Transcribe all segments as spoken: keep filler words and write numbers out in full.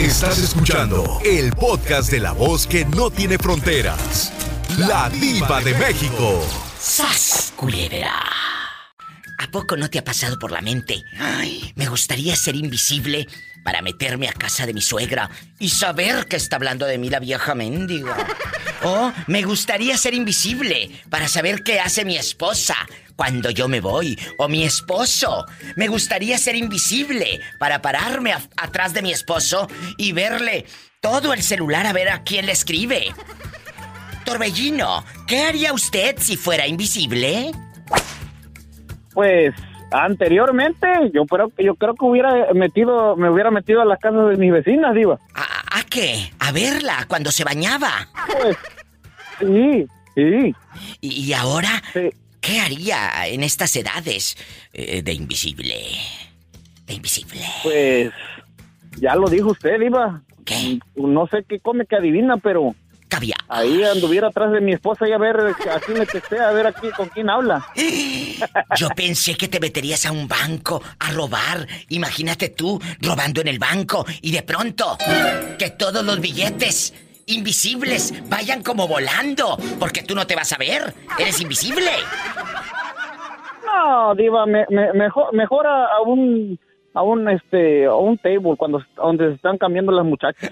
Estás escuchando el podcast de la voz que no tiene fronteras. La Diva de México. ¡Sas, culebra! ¿A poco no te ha pasado por la mente? Ay, me gustaría ser invisible para meterme a casa de mi suegra y saber que está hablando de mí la vieja mendiga. O me gustaría ser invisible para saber qué hace mi esposa cuando yo me voy, o mi esposo. Me gustaría ser invisible para pararme a- atrás de mi esposo y verle todo el celular a ver a quién le escribe. Torbellino, ¿qué haría usted si fuera invisible? Pues anteriormente yo creo que yo creo que hubiera metido me hubiera metido a la casa de mis vecinas, Diva. ¿A, a qué? ¿A verla cuando se bañaba? Pues sí, sí. ¿Y, y ahora Sí. qué haría en estas edades eh, de invisible? De invisible. Pues ya lo dijo usted, Diva. ¿Qué? No sé qué come que adivina, pero Caviar. ahí anduviera atrás de mi esposa y a ver a quién le textea, a ver aquí con quién habla. Yo pensé que te meterías a un banco a robar. Imagínate tú robando en el banco y de pronto que todos los billetes invisibles vayan como volando porque tú no te vas a ver. Eres invisible. No, Diva, me, me, mejor mejor a, a un a un este a un table cuando donde se están cambiando las muchachas.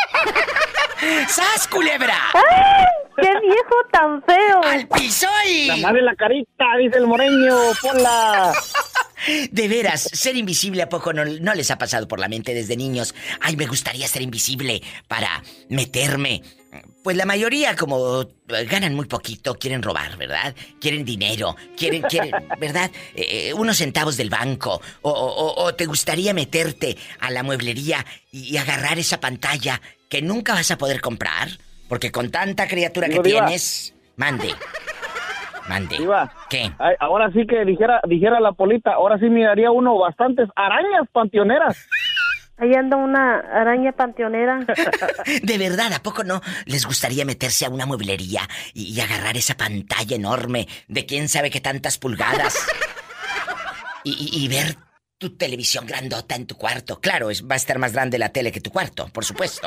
¡Sas, culebra! ¡Ay! ¡Qué viejo tan feo! ¡Al piso y... La madre la carita, dice el moreño, ponla. De veras, ser invisible a poco no, no les ha pasado por la mente desde niños. Ay, me gustaría ser invisible para meterme. Pues la mayoría, como ganan muy poquito, quieren robar, ¿verdad? Quieren dinero, quieren, quieren, ¿verdad? Eh, unos centavos del banco. O, o, o te gustaría meterte a la mueblería y, y agarrar esa pantalla que nunca vas a poder comprar. Porque con tanta criatura Digo, que Diva. tienes... Mande. Mande. Diva. ¿Qué? Ay, ahora sí que dijera dijera la Polita, ahora sí miraría uno bastantes arañas panteoneras. Ahí anda una araña panteonera. De verdad, ¿a poco no les gustaría meterse a una mueblería y, y agarrar esa pantalla enorme de quién sabe qué tantas pulgadas? Y, y- y ver tu televisión grandota en tu cuarto. Claro, es, va a estar más grande la tele que tu cuarto, por supuesto.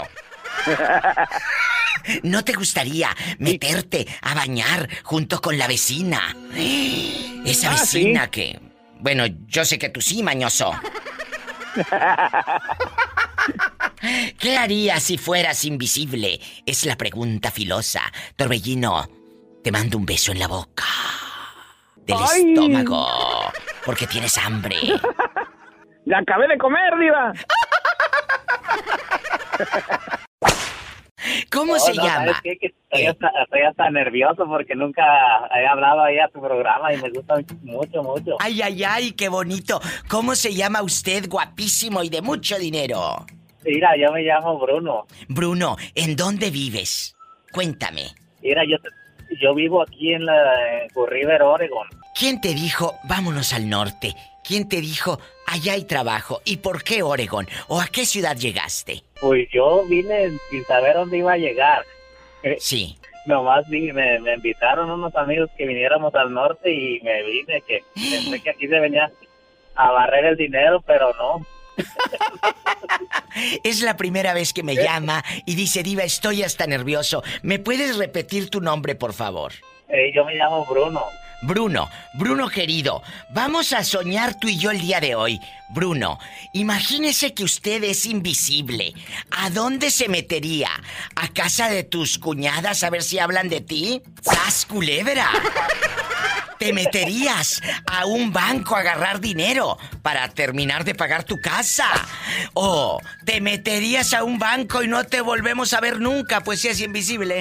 ¿No te gustaría meterte a bañar junto con la vecina? Esa Ah, vecina sí. que... Bueno, yo sé que tú sí, mañoso. ¿Qué harías si fueras invisible? Es la pregunta filosa. Torbellino, te mando un beso en la boca. Del Ay. estómago. Porque tienes hambre. Ya acabé de comer, Diva. ¿Cómo No, se no, llama? ¿sabes qué? Que estoy, hasta, estoy hasta nervioso porque nunca he hablado ahí a tu programa y me gusta mucho, mucho. Ay, ay, ay, qué bonito. ¿Cómo se llama usted, guapísimo y de mucho dinero? Mira, yo me llamo Bruno. Bruno, ¿en dónde vives? Cuéntame. Mira, yo yo vivo aquí en la en Cool River, Oregon. ¿Quién te dijo, vámonos al norte? ¿Quién te dijo, allá hay trabajo? ¿Y por qué Oregon? ¿O a qué ciudad llegaste? Pues yo vine sin saber dónde iba a llegar. Eh, Sí. Nomás vi, me, me invitaron unos amigos que viniéramos al norte y me vine, que pensé que aquí se venía a barrer el dinero, pero no. Es la primera vez que me llama y dice, Diva, estoy hasta nervioso. ¿Me puedes repetir tu nombre, por favor? Eh, yo me llamo Bruno. Bruno, Bruno querido, vamos a soñar tú y yo el día de hoy. Bruno, imagínese que usted es invisible. ¿A dónde se metería? ¿A casa de tus cuñadas a ver si hablan de ti? ¡Sas, culebra! ¿Te meterías a un banco a agarrar dinero para terminar de pagar tu casa? ¿O te meterías a un banco y no te volvemos a ver nunca, pues si es invisible?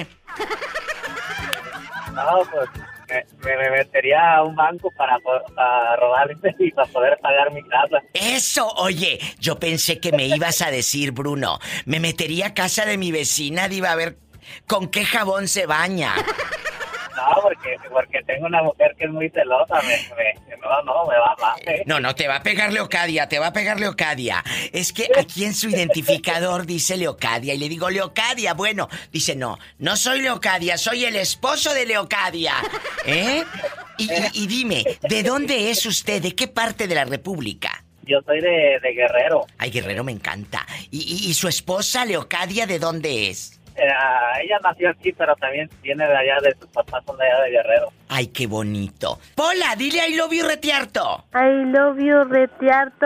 No, pues me, me- me metería a un banco para, po- para robar y para poder pagar mi casa. Eso, oye, yo pensé que me ibas a decir, Bruno, me metería a casa de mi vecina, Diva, a ver con qué jabón se baña. No, porque, porque tengo una mujer que es muy celosa. Me, me- no, no, me va mal. ¿eh? No, no, te va a pegar Leocadia, te va a pegar Leocadia. Es que aquí en su identificador dice Leocadia y le digo, Leocadia, bueno, dice, no, no soy Leocadia, soy el esposo de Leocadia. ¿Eh? Y, y- y dime, ¿de dónde es usted? ¿De qué parte de la República? yo soy de, de Guerrero. Ay, Guerrero me encanta. ¿Y, y, y su esposa, Leocadia, de dónde es? Eh, ella nació aquí, pero también viene de allá, de sus papás son de allá de Guerrero. Ay, qué bonito. Pola, dile I love you, retiarto. I love you, retiarto.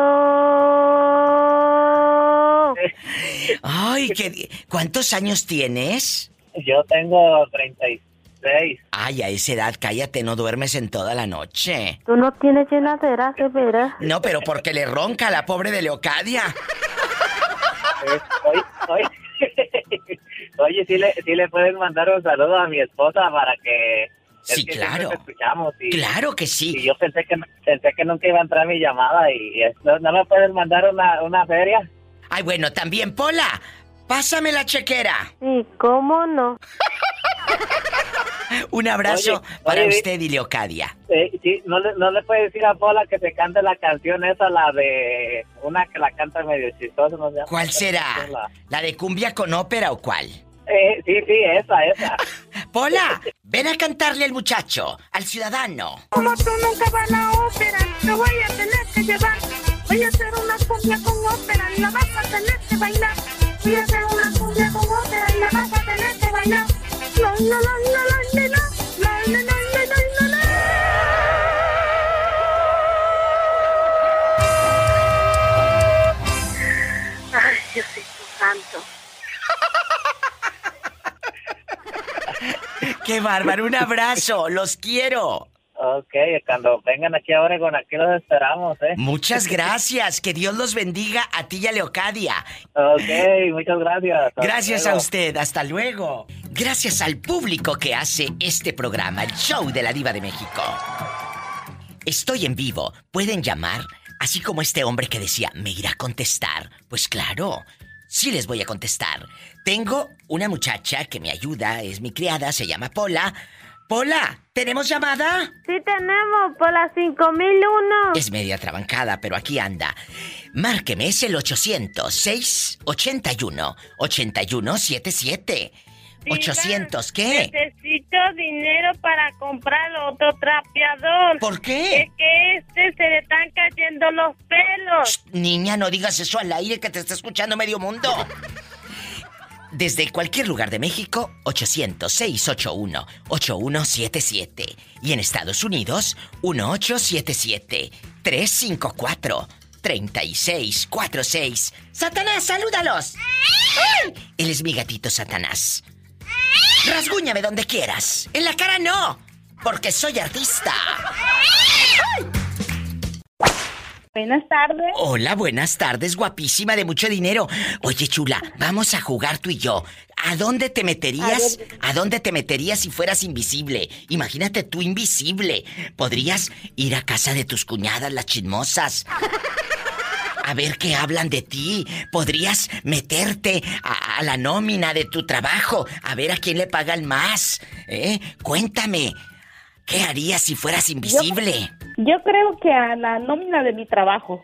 Ay, ¿qué, ¿cuántos años tienes? Yo tengo treinta y seis. Ay, a esa edad, cállate, no duermes en toda la noche. Tú no tienes llenadera, de veras. No, pero porque le ronca a la pobre de Leocadia. Eh, oye, oye, oye, sí le, sí le pueden mandar un saludo a mi esposa para que... Sí, que claro. te escuchamos y, Claro que sí. y yo pensé que pensé que nunca iba a entrar mi llamada y, y ¿no, ¿no me puedes mandar una, una feria? Ay, bueno, también, Pola, pásame la chequera. Sí, ¿cómo no? Un abrazo Oye, para oye, usted y Leocadia. Eh, sí, ¿no le, ¿no le puedes decir a Pola que te cante la canción esa, la de... Una que la canta medio chistosa, no sé. ¿Cuál será? La... ¿La de cumbia con ópera o cuál? Eh, sí, sí, esa, esa. Pola, ven a cantarle al muchacho, al ciudadano. Como tú nunca vas a la ópera, te voy a tener que llevar. Voy a hacer una cumbia con ópera y la vas a tener que bailar. Voy a hacer una cumbia con ópera y la vas a tener que bailar. La, la, la, la, la, la, la, la, la, la, la, la. Ay, Diosito santo. ¡Qué bárbaro! ¡Un abrazo! ¡Los quiero! Ok, cuando vengan aquí a Oregon, aquí los esperamos, ¿eh? Muchas gracias. Que Dios los bendiga a ti y a Leocadia. Ok, muchas gracias. Hasta Gracias luego. a usted. Hasta luego. Gracias al público que hace este programa, el show de la Diva de México. Estoy en vivo. Pueden llamar, así como este hombre que decía, ¿me irá a contestar? Pues claro, sí les voy a contestar. Tengo una muchacha que me ayuda, es mi criada, se llama Pola. Pola, ¿tenemos llamada? Sí tenemos, por las cinco mil uno. Es media trabancada, pero aquí anda. Márqueme, es el ochocientos, seis ochenta y uno, ochenta y uno setenta y siete. ochocientos, ¿qué? Necesito dinero para comprar otro trapeador. ¿Por qué? Es que este se le están cayendo los pelos. Shh, niña, no digas eso al aire que te está escuchando medio mundo. Desde cualquier lugar de México, ochocientos, seis ocho uno, ocho uno siete siete. Y en Estados Unidos, uno ocho siete siete, tres cinco cuatro, tres seis cuatro seis. ¡Satanás, salúdalos! ¡Ay! Él es mi gatito Satanás. Rasguñame donde quieras. En la cara no, porque soy artista. ¡Ay! Buenas tardes. Hola, buenas tardes, guapísima de mucho dinero. Oye, chula, vamos a jugar tú y yo. ¿A dónde te meterías? ¿A dónde te meterías si fueras invisible? Imagínate tú invisible. Podrías ir a casa de tus cuñadas, las chismosas. A ver qué hablan de ti. Podrías meterte a, a la nómina de tu trabajo. A ver a quién le pagan más. ¿Eh? Cuéntame. ¿Qué harías si fueras invisible? Yo, yo creo que a la nómina de mi trabajo.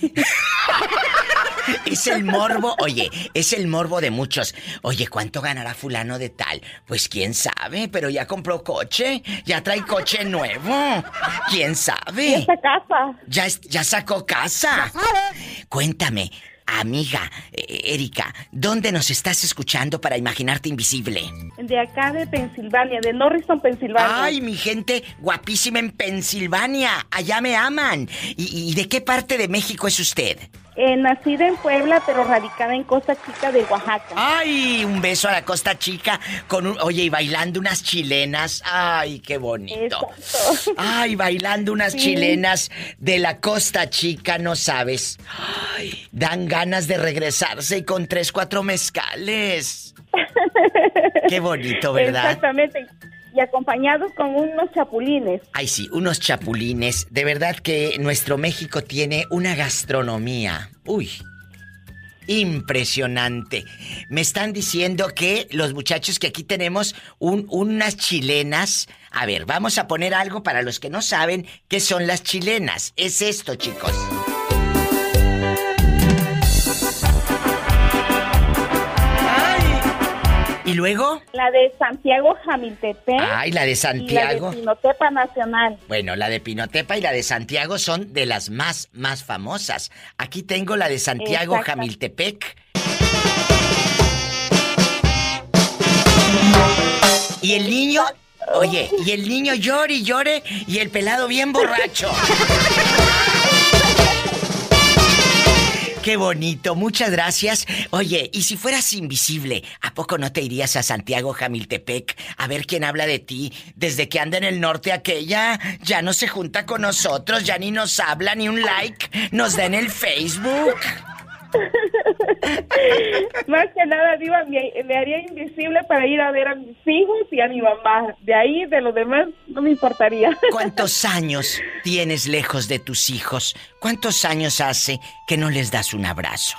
Es el morbo, oye, es el morbo de muchos. Oye, ¿cuánto ganará fulano de tal? Pues quién sabe, pero ya compró coche, ya trae coche nuevo. ¿Quién sabe? ¿Y esta casa? Ya, es- ya sacó casa. Cuéntame, amiga, eh, Erika, ¿dónde nos estás escuchando para imaginarte invisible? De acá de Pensilvania, de Norristown, Pensilvania. Ay, mi gente guapísima en Pensilvania, allá me aman. ¿Y, y de qué parte de México es usted? Eh, nacida en Puebla, pero radicada en Costa Chica de Oaxaca. Ay, un beso a la Costa Chica con un... Oye, y bailando unas chilenas. Ay, qué bonito. Exacto. Ay, bailando unas Sí. chilenas de la Costa Chica, no sabes. Ay, dan ganas de regresarse y con tres, cuatro mezcales. Qué bonito, ¿verdad? Exactamente. Y acompañados con unos chapulines. Ay, sí, unos chapulines. De verdad que nuestro México tiene una gastronomía. Uy, impresionante. Me están diciendo que los muchachos que aquí tenemos un- unas chilenas. A ver, vamos a poner algo para los que no saben qué son las chilenas. Es esto, chicos. ¡Ay! ¿Y luego? La de Santiago Jamiltepec. Ay, la de Santiago. Y la de Pinotepa Nacional. Bueno, la de Pinotepa y la de Santiago son de las más, más famosas. Aquí tengo la de Santiago Jamiltepec. Y el niño, oye, y el niño llore y llore y el pelado bien borracho. Qué bonito, muchas gracias. Oye, y si fueras invisible, ¿a poco no te irías a Santiago Jamiltepec a ver quién habla de ti? Desde que anda en el norte aquella, ya no se junta con nosotros, ya ni nos habla, ni un like nos da en el Facebook. Más que nada, Diva, me, me haría invisible para ir a ver a mis hijos y a mi mamá. De ahí, de lo demás, no me importaría. ¿Cuántos años tienes lejos de tus hijos? ¿Cuántos años hace que no les das un abrazo?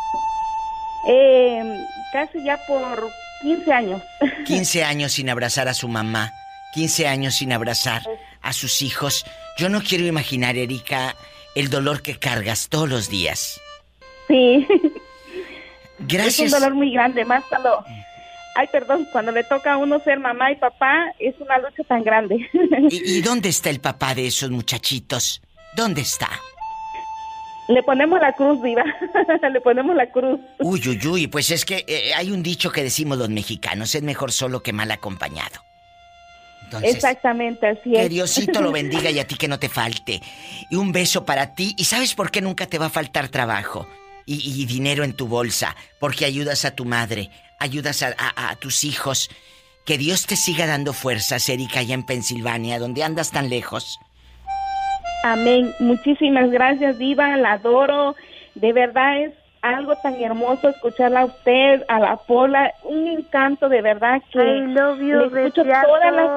Eh, casi ya por quince años. quince años sin abrazar a su mamá. quince años sin abrazar a sus hijos. Yo no quiero imaginar, Erika, el dolor que cargas todos los días. Sí. Gracias. Es un dolor muy grande, más cuando... Ay, perdón, cuando le toca a uno ser mamá y papá, es una lucha tan grande. ¿Y, y dónde está el papá de esos muchachitos? ¿Dónde está? Le ponemos la cruz, Diva. Le ponemos la cruz. Uy, uy, uy, pues es que eh, hay un dicho que decimos los mexicanos, es mejor solo que mal acompañado. Entonces, exactamente, así es. Que Diosito lo bendiga y a ti que no te falte. Y un beso para ti. ¿Y sabes por qué nunca te va a faltar trabajo? Y, y dinero en tu bolsa, porque ayudas a tu madre, ayudas a, a, a tus hijos. Que Dios te siga dando fuerzas, Erika, allá en Pensilvania, donde andas tan lejos. Amén. Muchísimas gracias, Diva, la adoro. De verdad es algo tan hermoso escucharla a usted, a la Pola, un encanto de verdad que I love you, le escucho todas las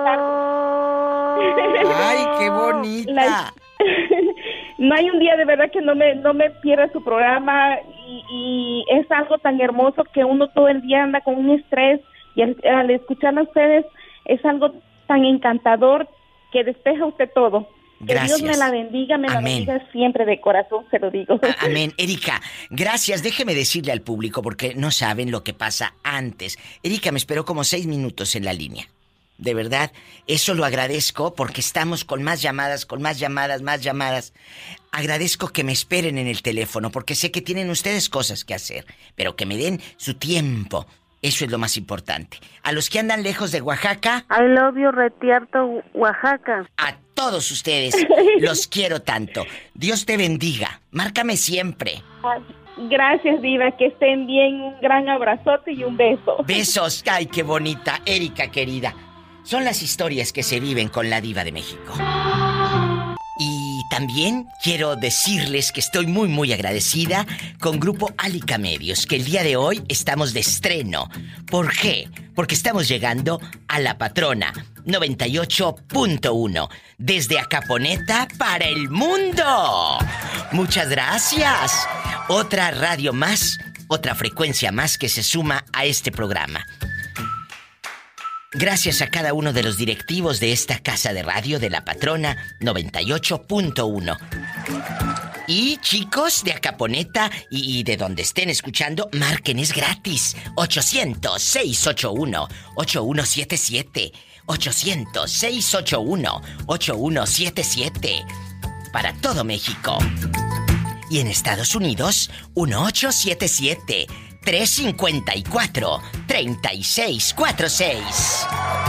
tardes. ¡Ay, qué bonita! La... No hay un día de verdad que no me no me pierda su programa y, y es algo tan hermoso que uno todo el día anda con un estrés y al, al escuchar a ustedes es algo tan encantador que despeja usted todo. Gracias. Que Dios me la bendiga, me Amén. la bendiga siempre de corazón, se lo digo. Amén. Erika, gracias. Déjeme decirle al público porque no saben lo que pasa antes. Erika me esperó como seis minutos en la línea. De verdad, eso lo agradezco porque estamos con más llamadas, con más llamadas, más llamadas. Agradezco que me esperen en el teléfono porque sé que tienen ustedes cosas que hacer, pero que me den su tiempo. Eso es lo más importante. A los que andan lejos de Oaxaca... I love you, Retierto, Oaxaca. A todos ustedes los quiero tanto. Dios te bendiga. Márcame siempre. Gracias, Diva, que estén bien. Un gran abrazote y un beso. Besos. Ay, qué bonita. Erika, querida. Son las historias que se viven con la Diva de México. Y también quiero decirles que estoy muy, muy agradecida con Grupo Alica Medios, que el día de hoy estamos de estreno. ¿Por qué? Porque estamos llegando a La Patrona noventa y ocho punto uno, desde Acaponeta para el mundo. Muchas gracias. Otra radio más, otra frecuencia más que se suma a este programa. Gracias a cada uno de los directivos de esta casa de radio de La Patrona noventa y ocho punto uno. Y chicos de Acaponeta y, y de donde estén escuchando, marquen, es gratis. ochocientos, seiscientos ochenta y uno, ochenta y uno setenta y siete. ochocientos, seiscientos ochenta y uno, ochenta y uno setenta y siete. Para todo México. Y en Estados Unidos, uno ocho siete siete, tres cinco cuatro, tres seis cuatro seis.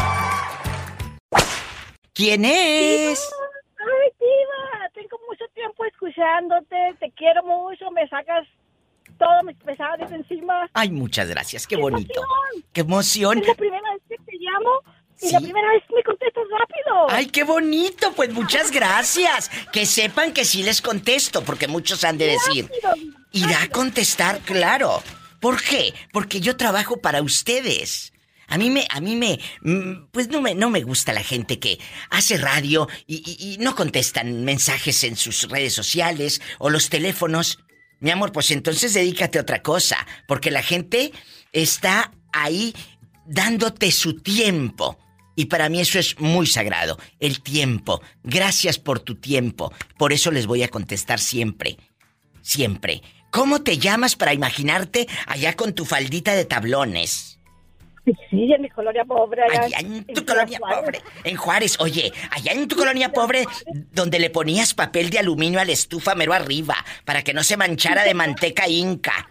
¿Quién es? Ay, Diva, tengo mucho tiempo escuchándote, te quiero mucho, me sacas todos mis pesados encima. Ay, muchas gracias, qué, ¡Qué bonito. emoción! ¡Qué emoción! Es la primera vez que te llamo y ¿Sí? la primera vez me contestas rápido. ¡Ay, qué bonito! Pues muchas gracias. Que sepan que sí les contesto, porque muchos han de decir, ¿irá a contestar? Claro. ¿Por qué? Porque yo trabajo para ustedes. A mí me, a mí me, pues no me, no me gusta la gente que hace radio y, y, y no contestan mensajes en sus redes sociales o los teléfonos. Mi amor, pues entonces dedícate a otra cosa, porque la gente está ahí dándote su tiempo. Y para mí eso es muy sagrado, el tiempo. Gracias por tu tiempo. Por eso les voy a contestar siempre. Siempre. ¿Cómo te llamas para imaginarte allá con tu faldita de tablones? Sí, en mi colonia pobre. Allá, allá en tu en colonia Juárez. Pobre. En Juárez, oye, allá en tu colonia pobre, donde le ponías papel de aluminio a la estufa mero arriba, para que no se manchara de manteca inca.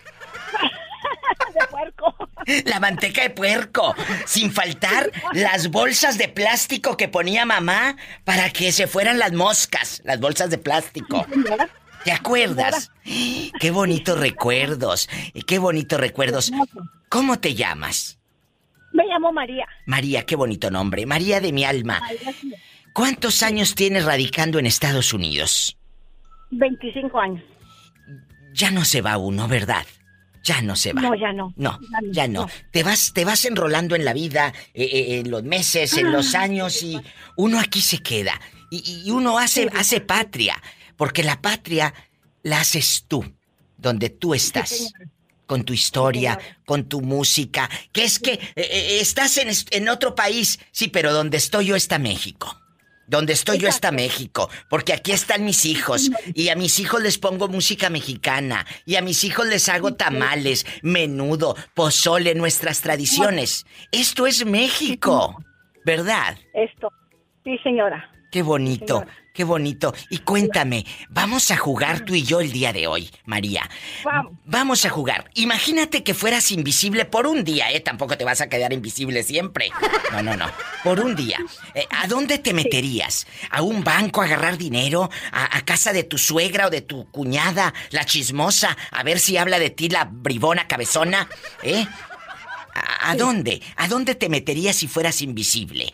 De puerco. La manteca de puerco. Sin faltar las bolsas de plástico que ponía mamá para que se fueran las moscas. Las bolsas de plástico. ¿Te acuerdas? Qué bonitos recuerdos. Qué bonitos recuerdos. ¿Cómo te llamas? Me llamo María. María, qué bonito nombre. María de mi alma. ¿Cuántos años tienes radicando en Estados Unidos? veinticinco años. Ya no se va uno, ¿verdad? Ya no se va. No, ya no. No, ya no. no. Te vas, te vas enrolando en la vida, eh, eh, en los meses, en los años, y uno aquí se queda. Y, y uno hace, hace patria, porque la patria la haces tú, donde tú estás. Sí, con tu historia, sí, con tu música. Que es que eh, estás en, en otro país, sí, pero donde estoy yo está México. Donde estoy Exacto. yo está México, porque aquí están mis hijos, y a mis hijos les pongo música mexicana, y a mis hijos les hago tamales, menudo, pozole, nuestras tradiciones. Esto es México, ¿verdad? Esto, sí, señora. Qué bonito, señora. Qué bonito. Y cuéntame, vamos a jugar tú y yo el día de hoy, María. Vamos. Vamos a jugar. Imagínate que fueras invisible por un día, ¿eh? Tampoco te vas a quedar invisible siempre. No, no, no. Por un día. Eh, ¿A dónde te meterías? ¿A un banco a agarrar dinero? ¿A, a casa de tu suegra o de tu cuñada, la chismosa? A ver si habla de ti la bribona cabezona, ¿eh? ¿A, a dónde? ¿A dónde te meterías si fueras invisible?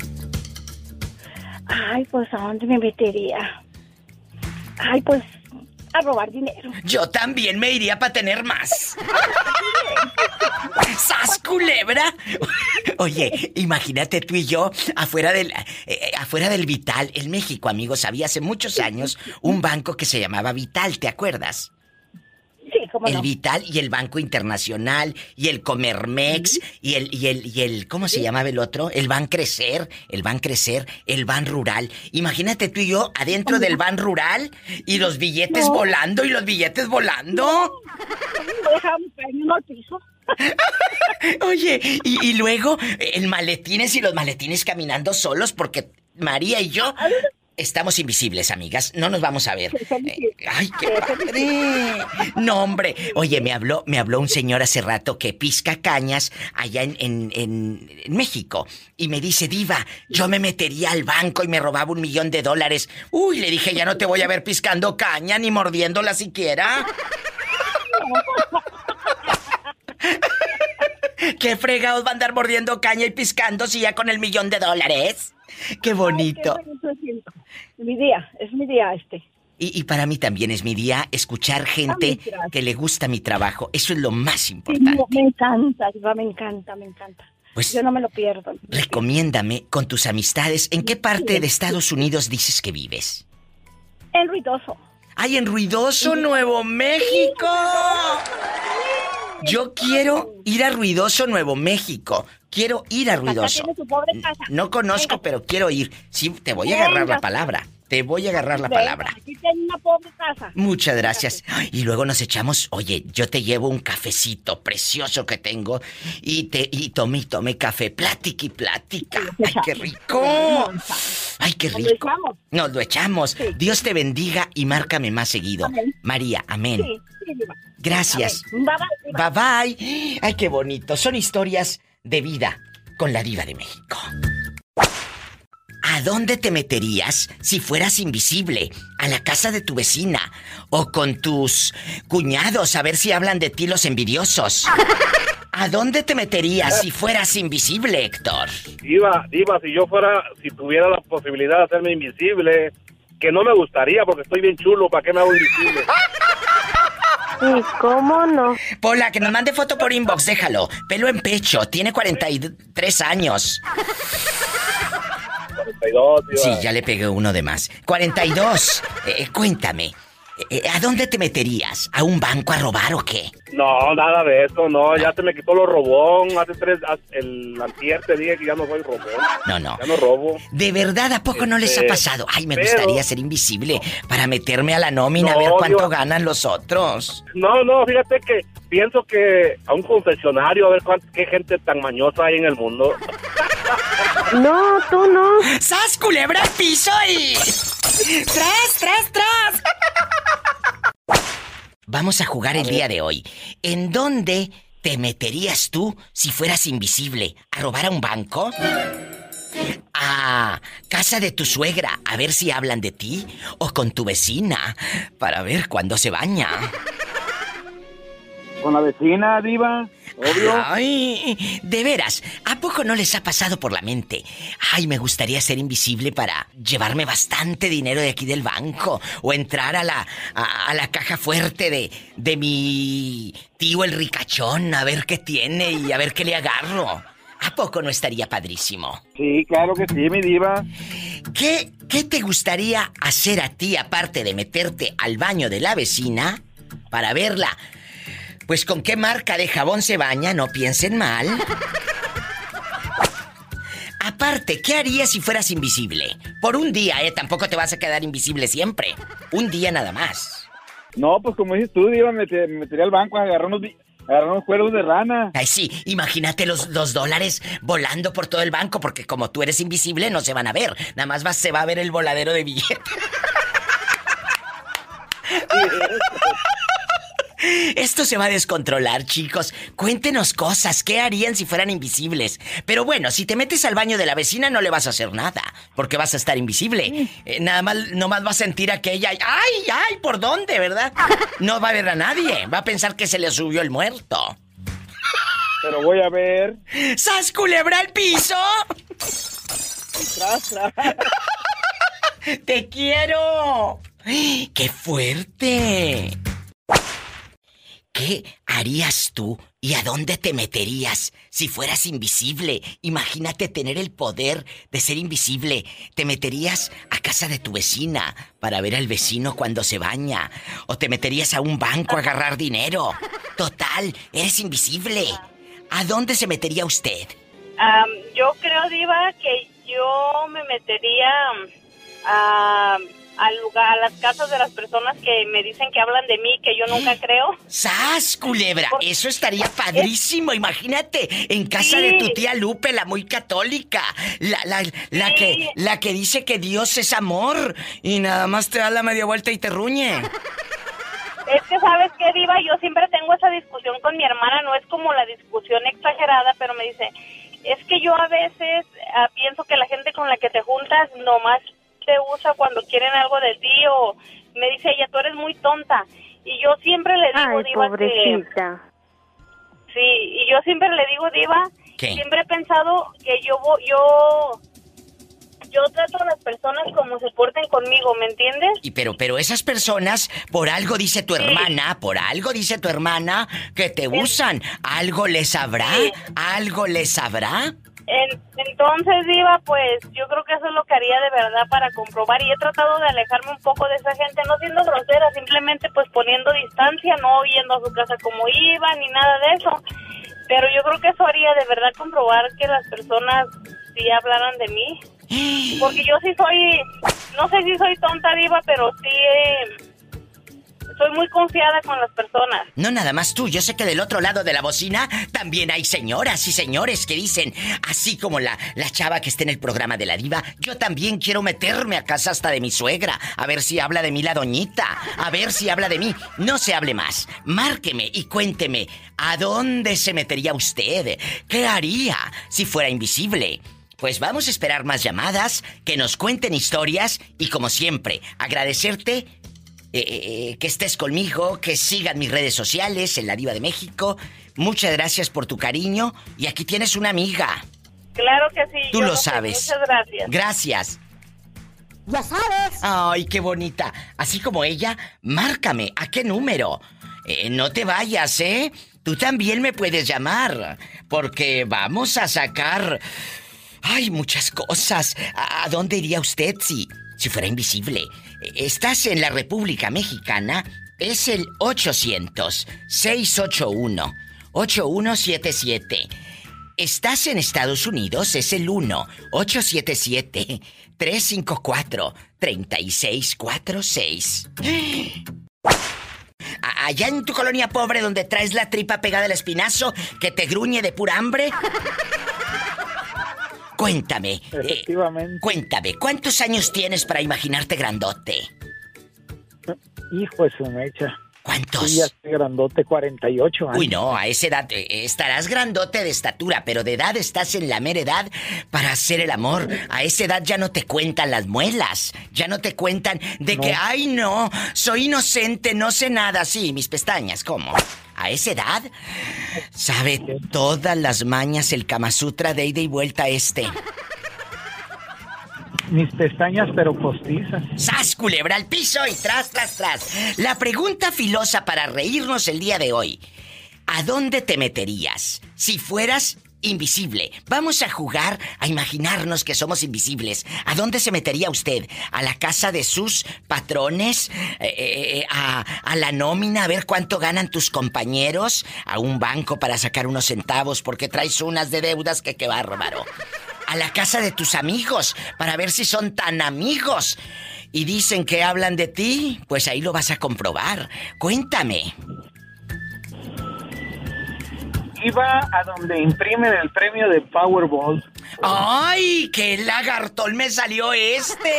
Ay, pues, ¿a dónde me metería? Ay, pues, a robar dinero. Yo también me iría para tener más. ¡Sas, culebra! Oye, imagínate tú y yo afuera del, eh, afuera del Vital, en México, amigos. Había hace muchos años un banco que se llamaba Vital, ¿te acuerdas? Sí, cómo el no. Vital y el Banco Internacional y el Comermex ¿Sí? y el y el y el ¿cómo se ¿Sí? llamaba el otro? El Ban Crecer, el Ban Crecer, el Ban Rural. Imagínate tú y yo adentro del Ban Rural y los billetes no. volando y los billetes volando. No, dejamos caernos al piso. Oye, y, y luego el maletines y los maletines caminando solos porque María y yo estamos invisibles, amigas. No nos vamos a ver. Eh, ¡Ay, qué padre! No, hombre. Oye, me habló, me habló un señor hace rato que pisca cañas allá en, en, en, en México. Y me dice, Diva, yo me metería al banco y me robaba un millón de dólares. Uy, le dije, ya no te voy a ver piscando caña ni mordiéndola siquiera. ¿Qué fregados va a andar mordiendo caña y piscando si ya con el millón de dólares? ¡Qué bonito! Ay, qué bonito es mi día, es mi día este. Y, y para mí también es mi día escuchar gente Ay, que le gusta mi trabajo. Eso es lo más importante. Sí, me encanta, me encanta, me encanta. Pues yo no me lo pierdo. Recomiéndame con tus amistades. ¿En qué parte sí. de Estados Unidos dices que vives? En Ruidoso. ¡Ay, en Ruidoso, sí. Nuevo México! Yo quiero ir a Ruidoso, Nuevo México. Quiero ir a Ruidoso. No conozco, pero quiero ir. Sí, te voy a agarrar la palabra. Te voy a agarrar la palabra. Aquí tengo una pobre casa. Muchas gracias. Y luego nos echamos, oye, yo te llevo un cafecito precioso que tengo y te y tomé, tomé café, plática y plática. ¡Ay, qué rico! ¡Ay, qué rico! Nos lo echamos. Sí. Dios te bendiga y márcame más seguido. Amén. María, amén. Sí, sí, gracias. Amén. Bye, bye, bye. Bye, bye. Ay, qué bonito. Son historias de vida con la Diva de México. ¿A dónde te meterías si fueras invisible? ¿A la casa de tu vecina? ¿O con tus cuñados a ver si hablan de ti los envidiosos? ¿A dónde te meterías si fueras invisible, Héctor? Diva, Diva, si yo fuera, si tuviera la posibilidad de hacerme invisible, que no me gustaría porque estoy bien chulo, ¿para qué me hago invisible? ¿Y cómo no? Pola, que nos mande foto por inbox, déjalo. Pelo en pecho, tiene cuarenta y tres años. cuarenta y dos, tío. Sí, ya le pegué uno de más. cuarenta y dos. Eh, cuéntame, Eh, ¿A dónde te meterías? ¿A un banco a robar o qué? No, nada de eso, no, ya se me quitó lo robón. Hace tres, el antier te dije que ya no soy robón. No, no. Ya no robo. ¿De verdad a poco no les ha Este, pasado? Ay, me pero- gustaría ser invisible para meterme a la nómina a No, ver cuánto yo- ganan los otros. No, no, fíjate que pienso que a un confesionario, a ver cuánta, qué gente tan mañosa hay en el mundo. No, tú no. ¡Sas, culebra al piso y... ¡Tras, tras, tras! Vamos a jugar el día de hoy. ¿En dónde te meterías tú si fueras invisible? ¿A robar a un banco? ¿A casa de tu suegra a ver si hablan de ti? ¿O con tu vecina para ver cuándo se baña? Con la vecina, diva, obvio. Ay, de veras, ¿a poco no les ha pasado por la mente? Ay, me gustaría ser invisible para llevarme bastante dinero de aquí del banco. O entrar a la, a, a la caja fuerte de, de mi tío el ricachón, a ver qué tiene y a ver qué le agarro. ¿A poco no estaría padrísimo? Sí, claro que sí, mi diva. ¿Qué, qué te gustaría hacer a ti aparte de meterte al baño de la vecina para verla? Pues con qué marca de jabón se baña, no piensen mal. Aparte, ¿qué harías si fueras invisible? Por un día, ¿eh? Tampoco te vas a quedar invisible siempre. Un día nada más. No, pues como dices tú, diva, me, te- me metería al banco a agarrar unos, bi- agarrar unos cueros de rana. Ay, sí, imagínate los, los dólares volando por todo el banco, porque como tú eres invisible, no se van a ver. Nada más va, se va a ver el voladero de billetes. Esto se va a descontrolar, chicos. Cuéntenos cosas. ¿Qué harían si fueran invisibles? Pero bueno, si te metes al baño de la vecina no le vas a hacer nada, porque vas a estar invisible. Eh, nada más, nomás va a sentir aquella... ¡Ay, ay! ¿Por dónde, verdad? No va a ver a nadie. Va a pensar que se le subió el muerto. Pero voy a ver. ¡Sas, culebra al piso! Tras, tras. ¡Te quiero! ¡Qué fuerte! ¿Qué harías tú y a dónde te meterías si fueras invisible? Imagínate tener el poder de ser invisible. ¿Te meterías a casa de tu vecina para ver al vecino cuando se baña? ¿O te meterías a un banco a agarrar dinero? Total, eres invisible. ¿A dónde se metería usted? Am, yo creo, Diva, que yo me metería a... al lugar, a las casas de las personas que me dicen que hablan de mí, que yo nunca creo. ¡Sas, culebra! Por- Eso estaría padrísimo, imagínate. En casa Sí. de tu tía Lupe, la muy católica. La, la, la, Sí. que, la que dice que Dios es amor. Y nada más te da la media vuelta y te ruñe. Es que, ¿sabes qué, Diva? Yo siempre tengo esa discusión con mi hermana, no es como la discusión exagerada, pero me dice, es que yo a veces ah, pienso que la gente con la que te juntas nomás te usa cuando quieren algo de ti, o me dice ella, tú eres muy tonta. Y yo siempre le digo, Ay, Diva, pobrecita. que... Sí, y yo siempre le digo, Diva, ¿Qué? siempre he pensado que yo vo- yo yo trato a las personas como se porten conmigo, ¿me entiendes? Y pero, pero esas personas, por algo dice tu hermana, por algo dice tu hermana, que te usan. ¿Algo les sabrá? Sí. ¿Algo les sabrá? En- entonces, Diva, pues yo creo que eso es lo que haría de verdad para comprobar, y he tratado de alejarme un poco de esa gente, no siendo grosera, simplemente pues poniendo distancia, no yendo a su casa como iba, ni nada de eso. Pero yo creo que eso haría de verdad comprobar que las personas sí hablaran de mí. Porque yo sí soy, no sé si soy tonta, Diva, pero sí eh, soy muy confiada con las personas. No nada más tú, yo sé que del otro lado de la bocina también hay señoras y señores que dicen, así como la, la chava que está en el programa de la diva, yo también quiero meterme a casa hasta de mi suegra, a ver si habla de mí la doñita, a ver si habla de mí. No se hable más, márqueme y cuénteme, ¿a dónde se metería usted? ¿Qué haría si fuera invisible? Pues vamos a esperar más llamadas, que nos cuenten historias y como siempre, agradecerte eh, eh, que estés conmigo, que sigan mis redes sociales en La Diva de México. Muchas gracias por tu cariño y aquí tienes una amiga. Claro que sí. Tú yo lo sé. sabes. Muchas gracias. Gracias. Ya sabes. Ay, qué bonita. Así como ella, márcame. ¿A qué número? Eh, no te vayas, ¿eh? Tú también me puedes llamar, porque vamos a sacar... Ay, muchas cosas. ¿A dónde iría usted si si fuera invisible? Estás en la República Mexicana, es el ochocientos, seiscientos ochenta y uno, ochenta y uno setenta y siete. Estás en Estados Unidos, es el uno ocho siete siete, tres cinco cuatro, tres seis cuatro seis. Allá en tu colonia pobre donde traes la tripa pegada al espinazo que te gruñe de pura hambre. Cuéntame. Efectivamente. Eh, cuéntame, ¿cuántos años tienes para imaginarte grandote? Hijo de su mecha. ¿Cuántos? Sí, ya estoy grandote, cuarenta y ocho años. Uy, no, a esa edad eh, estarás grandote de estatura, pero de edad estás en la mera edad para hacer el amor. A esa edad ya no te cuentan las muelas, ya no te cuentan de No. que, ay, no, soy inocente, no sé nada. Sí, mis pestañas, ¿cómo? A esa edad sabe todas las mañas el Kama Sutra de ida y vuelta este. Mis pestañas, pero postizas. ¡Sas, culebra al piso y tras, tras, tras! La pregunta filosa para reírnos el día de hoy. ¿A dónde te meterías si fueras invisible? Vamos a jugar a imaginarnos que somos invisibles. ¿A dónde se metería usted? ¿A la casa de sus patrones? Eh, eh, a, ¿A la nómina? ¿A ver cuánto ganan tus compañeros? ¿A un banco para sacar unos centavos porque traes unas de deudas que qué bárbaro? ¿A la casa de tus amigos para ver si son tan amigos y dicen que hablan de ti? Pues ahí lo vas a comprobar. Cuéntame. Iba a donde imprimen el premio de Powerball. ¡Ay, qué lagartón me salió este!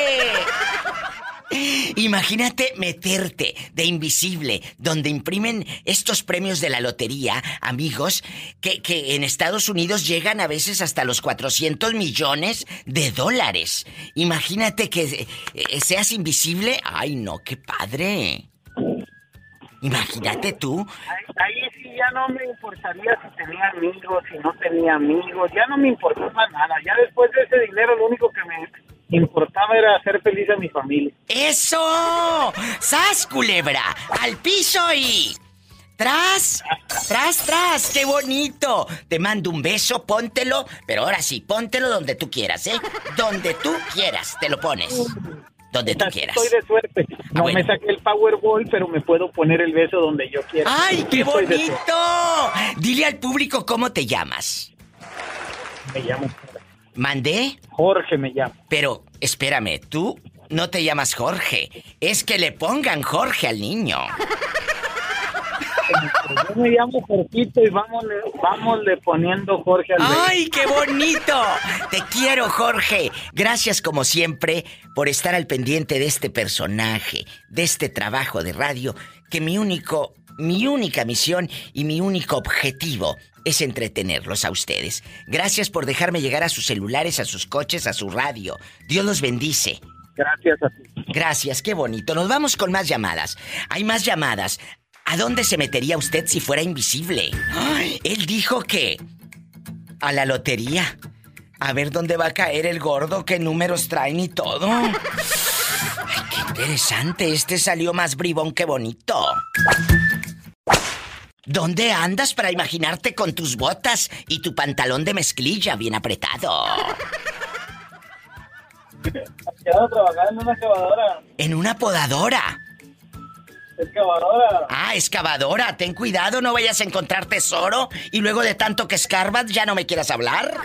Imagínate meterte de invisible donde imprimen estos premios de la lotería, amigos, que, que en Estados Unidos llegan a veces hasta los cuatrocientos millones de dólares. Imagínate que eh, seas invisible. ¡Ay, no, qué padre! Imagínate tú. Ahí, ahí sí ya no me importaría si tenía amigos, si no tenía amigos. Ya no me importaba nada. Ya después de ese dinero lo único que me importaba era hacer feliz a mi familia. ¡Eso! ¡Sas, culebra! ¡Al piso y... ¡Tras! ¡Tras, tras! ¡Qué bonito! Te mando un beso, póntelo, pero ahora sí, póntelo donde tú quieras, ¿eh? Donde tú quieras, te lo pones. Donde tú quieras. Estoy de suerte. No Ah, bueno. me saqué el Powerball, pero me puedo poner el beso donde yo quiera. ¡Ay, qué Estoy de bonito! suerte. Dile al público cómo te llamas. Me llamo ¿Mandé? Jorge, me llamo. Pero, espérame, tú no te llamas Jorge. Es que le pongan Jorge al niño. Yo me llamo Jorgito y vámonle, vámonle poniendo Jorge al bebé. ¡Ay, qué bonito! Te quiero, Jorge. Gracias, como siempre, por estar al pendiente de este personaje, de este trabajo de radio, que mi único, mi única misión y mi único objetivo es entretenerlos a ustedes. Gracias por dejarme llegar a sus celulares, a sus coches, a su radio. Dios los bendice. Gracias a ti. Gracias, qué bonito. Nos vamos con más llamadas. Hay más llamadas. ¿A dónde se metería usted si fuera invisible? Ay, él dijo que... a la lotería. A ver dónde va a caer el gordo, qué números traen y todo. Ay, qué interesante. Este salió más bribón que bonito. ¿Dónde andas para imaginarte con tus botas y tu pantalón de mezclilla bien apretado? Quiero trabajar en una excavadora. En una podadora. Excavadora. Ah, excavadora. Ten cuidado, no vayas a encontrar tesoro y luego de tanto que escarbas ya no me quieras hablar.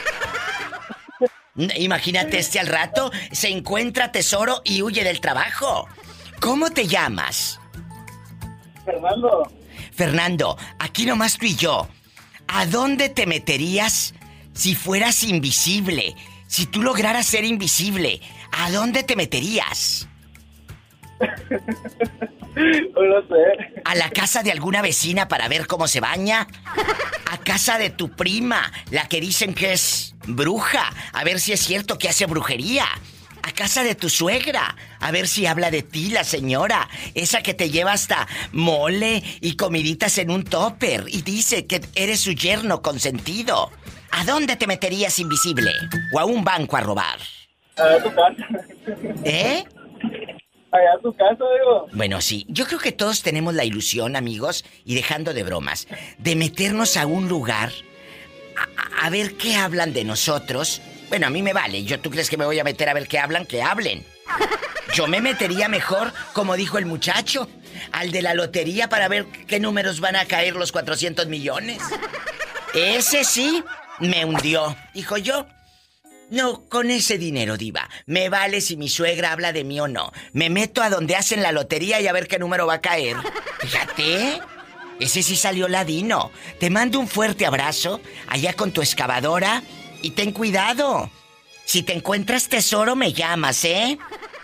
Imagínate este al rato, se encuentra tesoro y huye del trabajo. ¿Cómo te llamas? Fernando. Fernando, aquí nomás tú y yo. ¿A dónde te meterías si fueras invisible? Si tú lograras ser invisible, ¿a dónde te meterías? No lo sé. ¿A la casa de alguna vecina para ver cómo se baña? ¿A casa de tu prima, la que dicen que es bruja? A ver si es cierto que hace brujería. ¿A casa de tu suegra? A ver si habla de ti la señora, esa que te lleva hasta mole y comiditas en un topper y dice que eres su yerno consentido. ¿A dónde te meterías invisible? ¿O a un banco a robar? A tu casa. ¿Eh? Allá a tu casa, digo. Bueno, sí, yo creo que todos tenemos la ilusión, amigos, y dejando de bromas, de meternos a un lugar a, a, a ver qué hablan de nosotros. Bueno, a mí me vale. ¿Yo tú crees que me voy a meter a ver qué hablan? Que hablen. Yo me metería mejor, como dijo el muchacho, al de la lotería para ver qué números van a caer los cuatrocientos millones. Ese sí me hundió, dijo yo. No, con ese dinero, diva, me vale si mi suegra habla de mí o no. Me meto a donde hacen la lotería y a ver qué número va a caer. Fíjate, ese sí salió ladino. Te mando un fuerte abrazo allá con tu excavadora y ten cuidado. Si te encuentras tesoro, me llamas, ¿eh?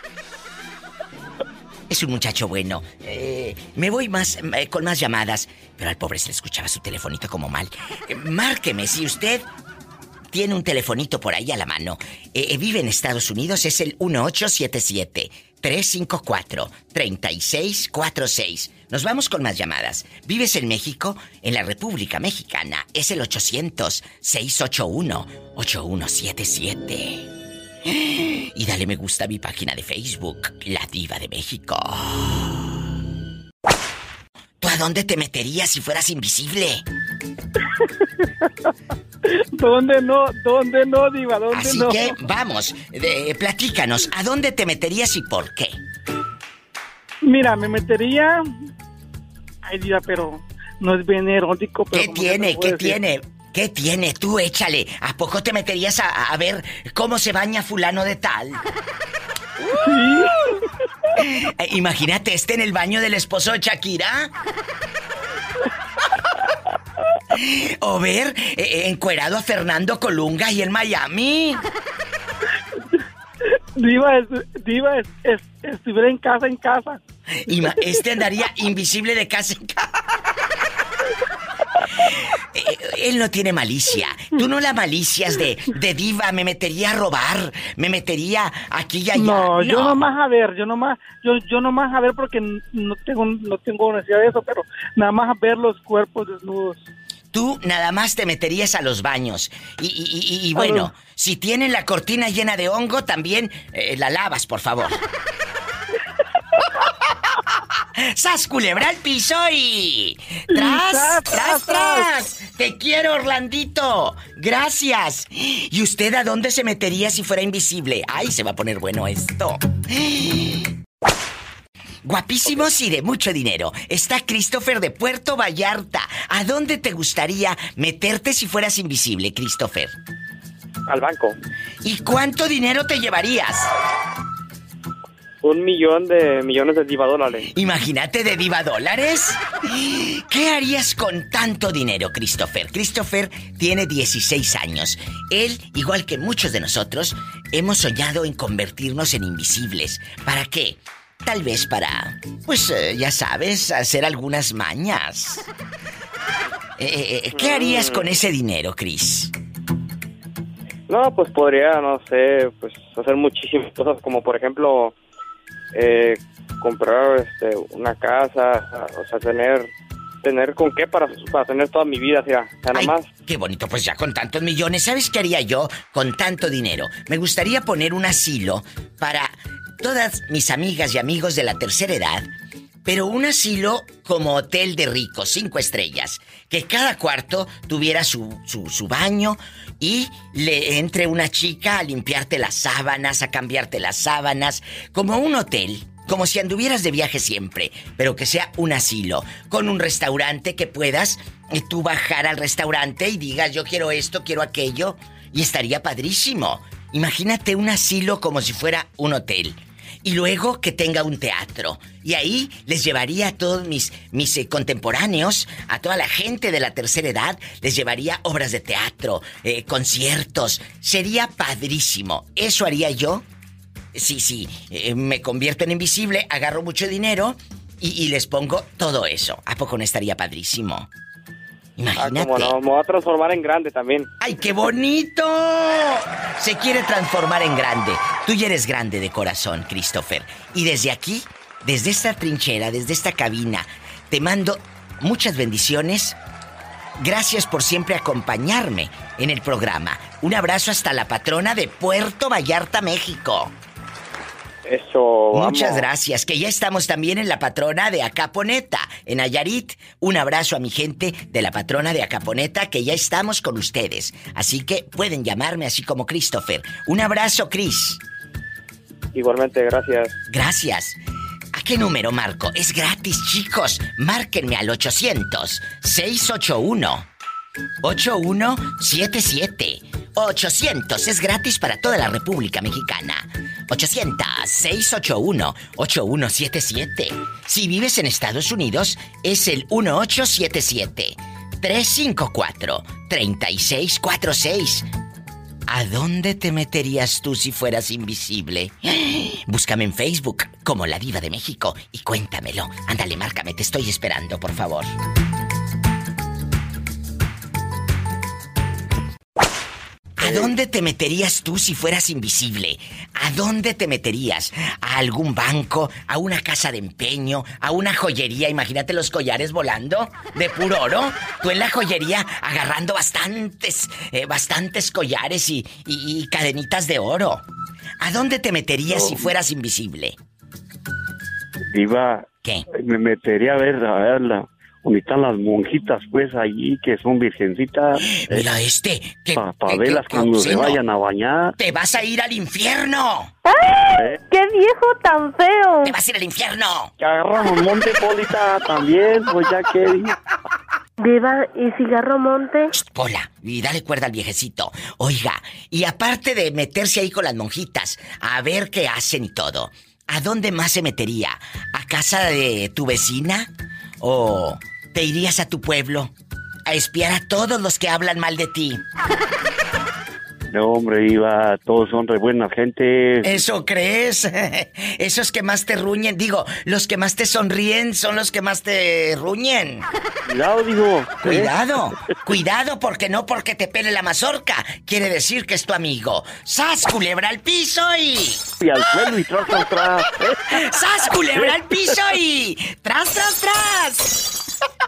Es un muchacho bueno. Eh, me voy más eh, con más llamadas. Pero al pobre se le escuchaba su telefonito como mal. Eh, márqueme si usted tiene un telefonito por ahí a la mano. Eh, eh, vive en Estados Unidos, es el uno ocho siete siete, tres cinco cuatro, tres seis cuatro seis. Nos vamos con más llamadas. ¿Vives en México? En la República Mexicana es el ochocientos, seiscientos ochenta y uno, ochenta y uno setenta y siete. Y dale me gusta a mi página de Facebook, La Diva de México. ¿Tú a dónde te meterías si fueras invisible? ¿Dónde no? ¿Dónde no, diva? ¿Dónde Así no? que, vamos, de, platícanos, ¿a dónde te meterías y por qué? Mira, me metería... Ay, diva, pero no es bien erótico. Pero ¿Qué tiene? ¿Qué tiene? ¿Qué tiene? Tú échale. ¿A poco te meterías a, a ver cómo se baña fulano de tal? Sí. Eh, imagínate este en el baño del esposo de Shakira. O ver eh, encuerado a Fernando Colunga y en Miami. Diva, es, diva, es, es, estuviera en casa, en casa. Y este andaría invisible de casa en casa. Eh, él no tiene malicia. Tú no la malicias de, de diva, me metería a robar, me metería aquí y allá. No, No, yo nomás a ver, yo nomás, yo, yo nomás a ver porque no tengo, no tengo necesidad de eso, pero nada más a ver los cuerpos desnudos. Tú nada más te meterías a los baños. Y, y, y, y bueno, los... si tienen la cortina llena de hongo, también eh, la lavas, por favor. ¡Sas, culebra al piso y... ¡Tras, tras, tras! ¡Te quiero, Orlandito! ¡Gracias! ¿Y usted a dónde se metería si fuera invisible? ¡Ay, se va a poner bueno esto! Guapísimos y de mucho dinero. Está Christopher de Puerto Vallarta. ¿A dónde te gustaría meterte si fueras invisible, Christopher? Al banco. ¿Y cuánto dinero te llevarías? Un millón de millones de diva dólares. Imagínate, de diva dólares. ¿Qué harías con tanto dinero, Christopher? Christopher tiene dieciséis años. Él, igual que muchos de nosotros, hemos soñado en convertirnos en invisibles. ¿Para qué? Tal vez para, pues, eh, ya sabes, hacer algunas mañas. Eh, eh, ¿Qué harías con ese dinero, Chris? No, pues podría, no sé, pues hacer muchísimas cosas, como por ejemplo, eh, comprar este, una casa, o sea, tener tener con qué para, para tener toda mi vida, o sea, nada más. Qué bonito, pues ya con tantos millones. ¿Sabes qué haría yo con tanto dinero? Me gustaría poner un asilo para todas mis amigas y amigos de la tercera edad, pero un asilo como hotel de ricos, cinco estrellas, que cada cuarto tuviera su, su, su baño y le entre una chica a limpiarte las sábanas, a cambiarte las sábanas, como un hotel, como si anduvieras de viaje siempre, pero que sea un asilo, con un restaurante que puedas eh, tú bajar al restaurante y digas yo quiero esto, quiero aquello, y estaría padrísimo. Imagínate un asilo como si fuera un hotel. Y luego que tenga un teatro. Y ahí les llevaría a todos mis, mis eh, contemporáneos, a toda la gente de la tercera edad, les llevaría obras de teatro, eh, conciertos. Sería padrísimo. Eso haría yo. Sí, sí, eh, me convierto en invisible, agarro mucho dinero y, y les pongo todo eso. ¿A poco no estaría padrísimo? Imagínate. Ah, como no, me voy a transformar en grande también. ¡Ay, qué bonito! Se quiere transformar en grande. Tú ya eres grande de corazón, Christopher. Y desde aquí, desde esta trinchera, desde esta cabina, te mando muchas bendiciones. Gracias por siempre acompañarme en el programa. Un abrazo hasta la patrona de Puerto Vallarta, México. Eso, vamos. Muchas gracias, que ya estamos también en la patrona de Acaponeta, en Nayarit. Un abrazo a mi gente de la patrona de Acaponeta, que ya estamos con ustedes. Así que pueden llamarme así como Christopher. Un abrazo, Chris. Igualmente, gracias. Gracias. ¿A qué número marco? Es gratis, chicos. Márquenme al ochocientos, seiscientos ochenta y uno, ochenta y uno setenta y siete. ochocientos, es gratis para toda la República Mexicana. ochocientos, seiscientos ochenta y uno, ochenta y uno setenta y siete. Si vives en Estados Unidos, es el uno ocho siete siete, tres cinco cuatro, tres seis cuatro seis. ¿A dónde te meterías tú si fueras invisible? Búscame en Facebook como La Diva de México y cuéntamelo. Ándale, márcame, te estoy esperando, por favor. ¿A dónde te meterías tú si fueras invisible? ¿A dónde te meterías? ¿A algún banco? ¿A una casa de empeño? ¿A una joyería? Imagínate los collares volando de puro oro. Tú en la joyería agarrando bastantes, eh, bastantes collares y, y, y cadenitas de oro. ¿A dónde te meterías no. si fueras invisible? Diva. ¿Qué? Me metería a ver, a verla. ¿Dónde están las monjitas, pues, allí, que son virgencitas? Mira eh, este, que... Para pa que, verlas que, cuando que, se no. vayan a bañar. ¡Te vas a ir al infierno! ¡Ay! ¿Eh? ¡Qué viejo tan feo! ¡Te vas a ir al infierno! Que agarramos Monte, Polita, también, pues ya que... Diva, ¿y cigarro monte? Shh, Pola, y dale cuerda al viejecito. Oiga, y aparte de meterse ahí con las monjitas, a ver qué hacen y todo, ¿a dónde más se metería? ¿A casa de tu vecina? ¿O te irías a tu pueblo a espiar a todos los que hablan mal de ti? No, hombre, Diva, todos son re buenas gente. ¿Eso crees? Esos que más te ruñen, digo, los que más te sonríen son los que más te ruñen. Cuidado, digo. Cuidado, ¿eh? Cuidado, porque no porque te pele la mazorca quiere decir que es tu amigo. ¡Sas, culebra al piso y... Y al suelo y tras, tras, tras. ¿Eh? ¡Sas, culebra al piso y... ¡Tras, tras, tras!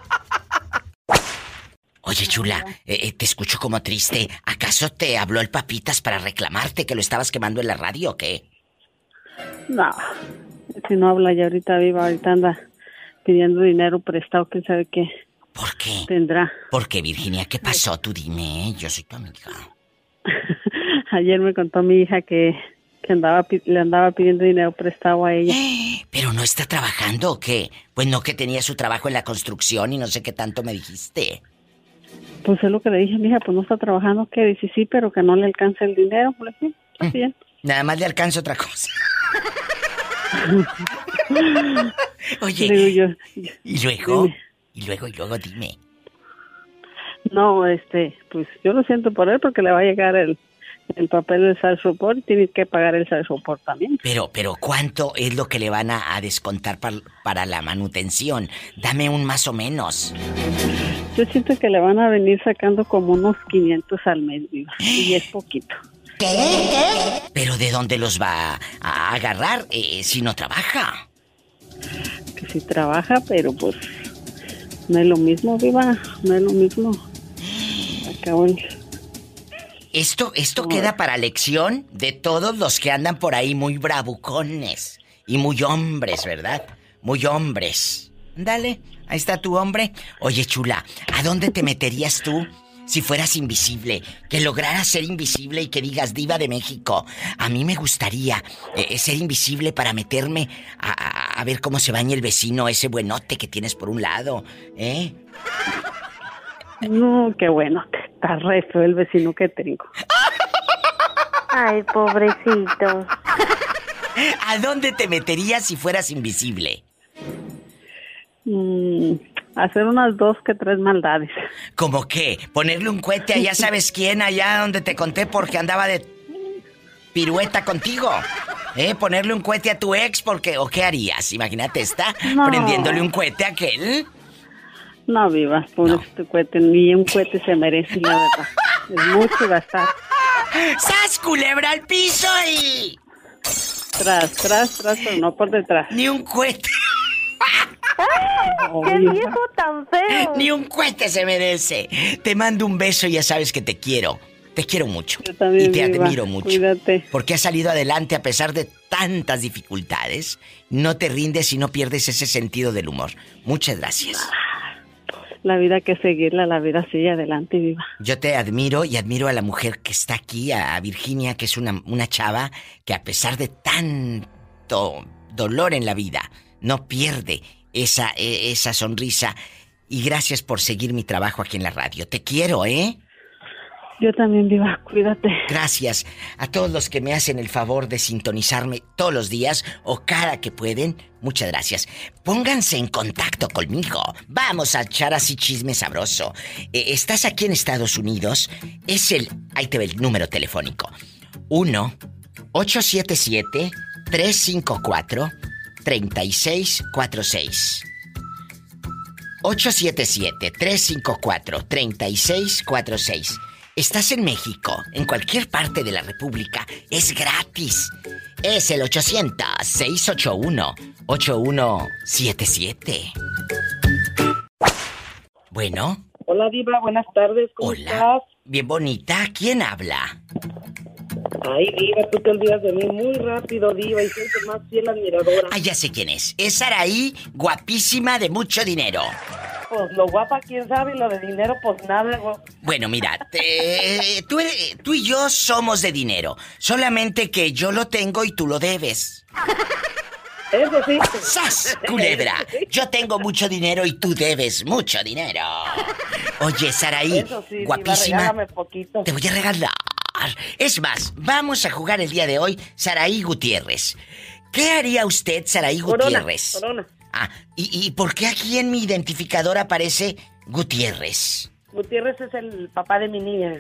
Oye, chula, eh, eh, te escucho como triste. ¿Acaso te habló el Papitas para reclamarte que lo estabas quemando en la radio o qué? No, si no habla ya ahorita viva, ahorita anda pidiendo dinero prestado, quién sabe qué. ¿Por qué? Tendrá. ¿Por qué, Virginia? ¿Qué pasó? Tú dime, yo soy tu amiga. Ayer me contó mi hija que, que andaba le andaba pidiendo dinero prestado a ella. ¿Pero no está trabajando o qué? Pues no, que tenía su trabajo en la construcción y no sé qué tanto me dijiste. Pues es lo que le dije, mija, pues no está trabajando, que dice sí, pero que no le alcanza el dinero, por ejemplo. Está bien. Nada más le alcanza otra cosa. Oye, digo yo, ¿y luego? Dime. Y luego, y luego, dime. No, este, pues yo lo siento por él porque le va a llegar el, el papel del sal support y tiene que pagar el sal support también. Pero, pero, ¿cuánto es lo que le van a, a descontar para, para la manutención? Dame un más o menos. Yo siento que le van a venir sacando como unos quinientos al mes, viva, y es poquito. ¿Qué? ¿Pero de dónde los va a agarrar eh, si no trabaja? Que sí trabaja, pero pues no es lo mismo, viva, no es lo mismo. Acabo el... Esto, esto oh. queda para lección de todos los que andan por ahí muy bravucones y muy hombres, ¿verdad? Muy hombres. Dale, ahí está tu hombre. Oye, chula, ¿a dónde te meterías tú si fueras invisible? Que lograras ser invisible y que digas Diva de México. A mí me gustaría eh, ser invisible para meterme a, a, a ver cómo se baña el vecino, ese buenote que tienes por un lado, ¿eh? No, qué bueno, está re feo el vecino que tengo. Ay, pobrecito. ¿A dónde te meterías si fueras invisible? Mm, hacer unas dos que tres maldades. ¿Cómo qué? ¿Ponerle un cohete a ya sabes quién allá donde te conté porque andaba de pirueta contigo? ¿Eh? ¿Ponerle un cohete a tu ex porque o qué harías? Imagínate, está no. prendiéndole un cohete a aquel. No, viva, por no. este cohete, ni un cohete se merece, la verdad. Es mucho gastar. ¡Sas, culebra al piso y... Tras, tras, tras, pero no por detrás. Ni un cohete. ¡Ay, qué viejo tan feo! Ni un cohete se merece. Te mando un beso y ya sabes que te quiero. Te quiero mucho. Yo también, y te viva. admiro mucho. Cuídate. Porque has salido adelante a pesar de tantas dificultades. No te rindes y no pierdes ese sentido del humor. Muchas gracias. la vida hay que seguirla, la vida sigue adelante, Diva. Yo te admiro y admiro a la mujer que está aquí, a Virginia, que es una, una chava que a pesar de tanto dolor en la vida, no pierde esa, esa sonrisa. Y gracias por seguir mi trabajo aquí en la radio. Te quiero, ¿eh? Yo también, Diva, cuídate. Gracias a todos los que me hacen el favor de sintonizarme todos los días o cada que pueden. Muchas gracias. Pónganse en contacto conmigo. Vamos a echar así chisme sabroso. Eh, ¿Estás aquí en Estados Unidos? Es el... Ahí te ve el número telefónico. uno ocho siete siete tres cinco cuatro tres seis cuatro seis. ocho siete siete tres cinco cuatro tres seis cuatro seis. Estás en México, en cualquier parte de la República, es gratis. Es el ochocientos, seiscientos ochenta y uno, ochenta y uno setenta y siete. Bueno. Hola, Diva, buenas tardes, ¿cómo Hola. estás? Bien bonita, ¿quién habla? Ay, Diva, tú te olvidas de mí muy rápido, Diva, y soy tu más fiel admiradora. Ah, ya sé quién es. Es Saraí, guapísima de mucho dinero. Pues lo guapa, quién sabe, y lo de dinero, pues nada, güey. Bueno, mira, te- tú, eres- tú y yo somos de dinero. Solamente que yo lo tengo y tú lo debes. Eso sí. ¡Sas, culebra! Yo tengo mucho dinero y tú debes mucho dinero. Oye, Saraí, Eso sí, guapísima. Diva, regálame poquito. Te voy a regalar. Es más, vamos a jugar el día de hoy, Saraí Gutiérrez. ¿Qué haría usted, Saraí Corona, Gutiérrez? Corona. Ah, ¿y, ¿y por qué aquí en mi identificador aparece Gutiérrez? Gutiérrez es el papá de mi niña.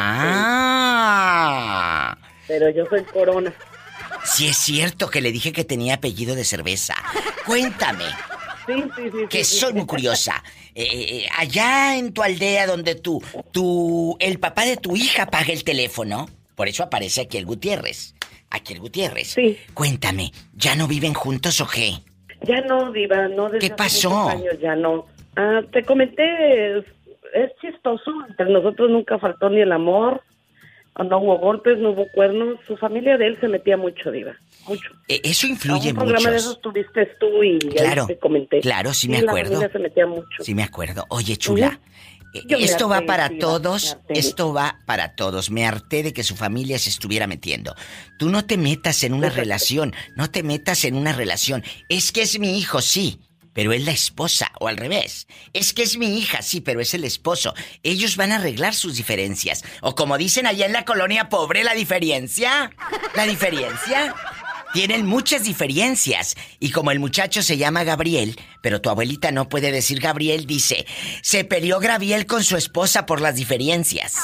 Ah. Pero yo soy Corona. Sí es cierto que le dije que tenía apellido de cerveza. Cuéntame, Sí, sí, sí. que sí, soy sí. muy curiosa. Eh, eh, allá en tu aldea donde tú, tú, el papá de tu hija paga el teléfono, por eso aparece aquí el Gutiérrez. Aquí el Gutiérrez. Sí. Cuéntame, ¿ya no viven juntos o qué? Ya no, Diva, no. Desde ¿Qué hace pasó? muchos años ya no. Ah, te comenté, es, es chistoso. Entre nosotros nunca faltó ni el amor. No hubo golpes, no hubo cuernos. Su familia de él se metía mucho, Diva. Mucho. Eh, eso influye A un programa mucho. de esos tuviste tú y ahí Claro, te comenté. claro, sí me la acuerdo. familia se metía mucho. Sí me acuerdo. Oye, chula, eh, Yo me esto va harté, para Diva, todos, me harté. esto va para todos. Me harté de que su familia se estuviera metiendo. Tú no te metas en una Exacto. relación, no te metas en una relación. Es que es mi hijo, sí, pero es la esposa, o al revés. Es que es mi hija, sí, pero es el esposo. Ellos van a arreglar sus diferencias. O como dicen allá en la colonia pobre, la diferencia. La diferencia. Tienen muchas diferencias. Y como el muchacho se llama Gabriel, pero tu abuelita no puede decir Gabriel, dice, se peleó Gabriel con su esposa por las diferencias.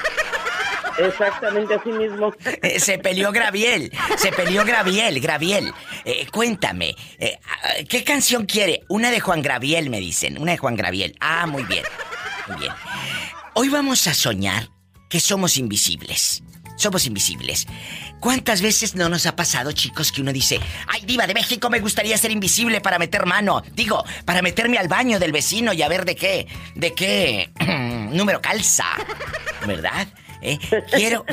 Exactamente así mismo. Eh, se peleó Gabriel, se peleó Gabriel, Gabriel. Eh, cuéntame, eh, ¿qué canción quiere? Una de Juan Gabriel, me dicen, una de Juan Gabriel. Ah, muy bien, muy bien. Hoy vamos a soñar que somos invisibles. Somos invisibles. ¿Cuántas veces no nos ha pasado, chicos, que uno dice, ay, Diva de México, me gustaría ser invisible para meter mano? Digo, para meterme al baño del vecino y a ver de qué, de qué número calza, ¿verdad? ¿Eh? Quiero...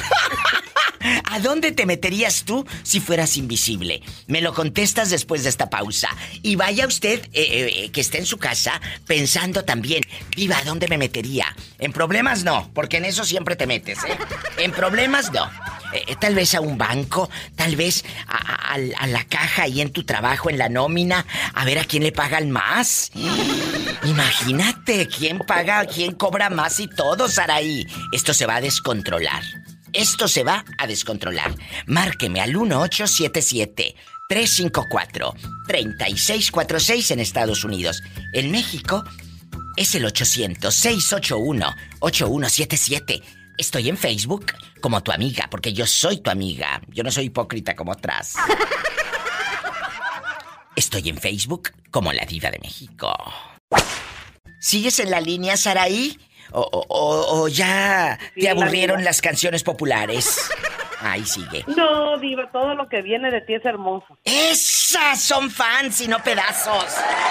¿A dónde te meterías tú si fueras invisible? Me lo contestas después de esta pausa. Y vaya usted, eh, eh, que esté en su casa, pensando también, Diva, ¿a dónde me metería? En problemas no, porque en eso siempre te metes, ¿eh? En problemas no. Eh, tal vez a un banco, tal vez a, a, a la caja ahí en tu trabajo, en la nómina, a ver a quién le pagan más. Imagínate, quién paga, quién cobra más y todo, Saraí. Esto se va a descontrolar. Esto se va a descontrolar. Márqueme al uno ocho siete siete tres cinco cuatro tres seis cuatro seis en Estados Unidos. En México es el ochocientos seiscientos ochenta y uno ochenta y uno setenta y siete. Estoy en Facebook como tu amiga, porque yo soy tu amiga. Yo no soy hipócrita como otras. Estoy en Facebook como la Diva de México. ¿Sigues en la línea, Saraí? ¿O, o, o, o ya Sí, te la aburrieron Diva. las canciones populares? Ahí sigue. No, Diva, todo lo que viene de ti es hermoso. ¡Esas son fans y no pedazos!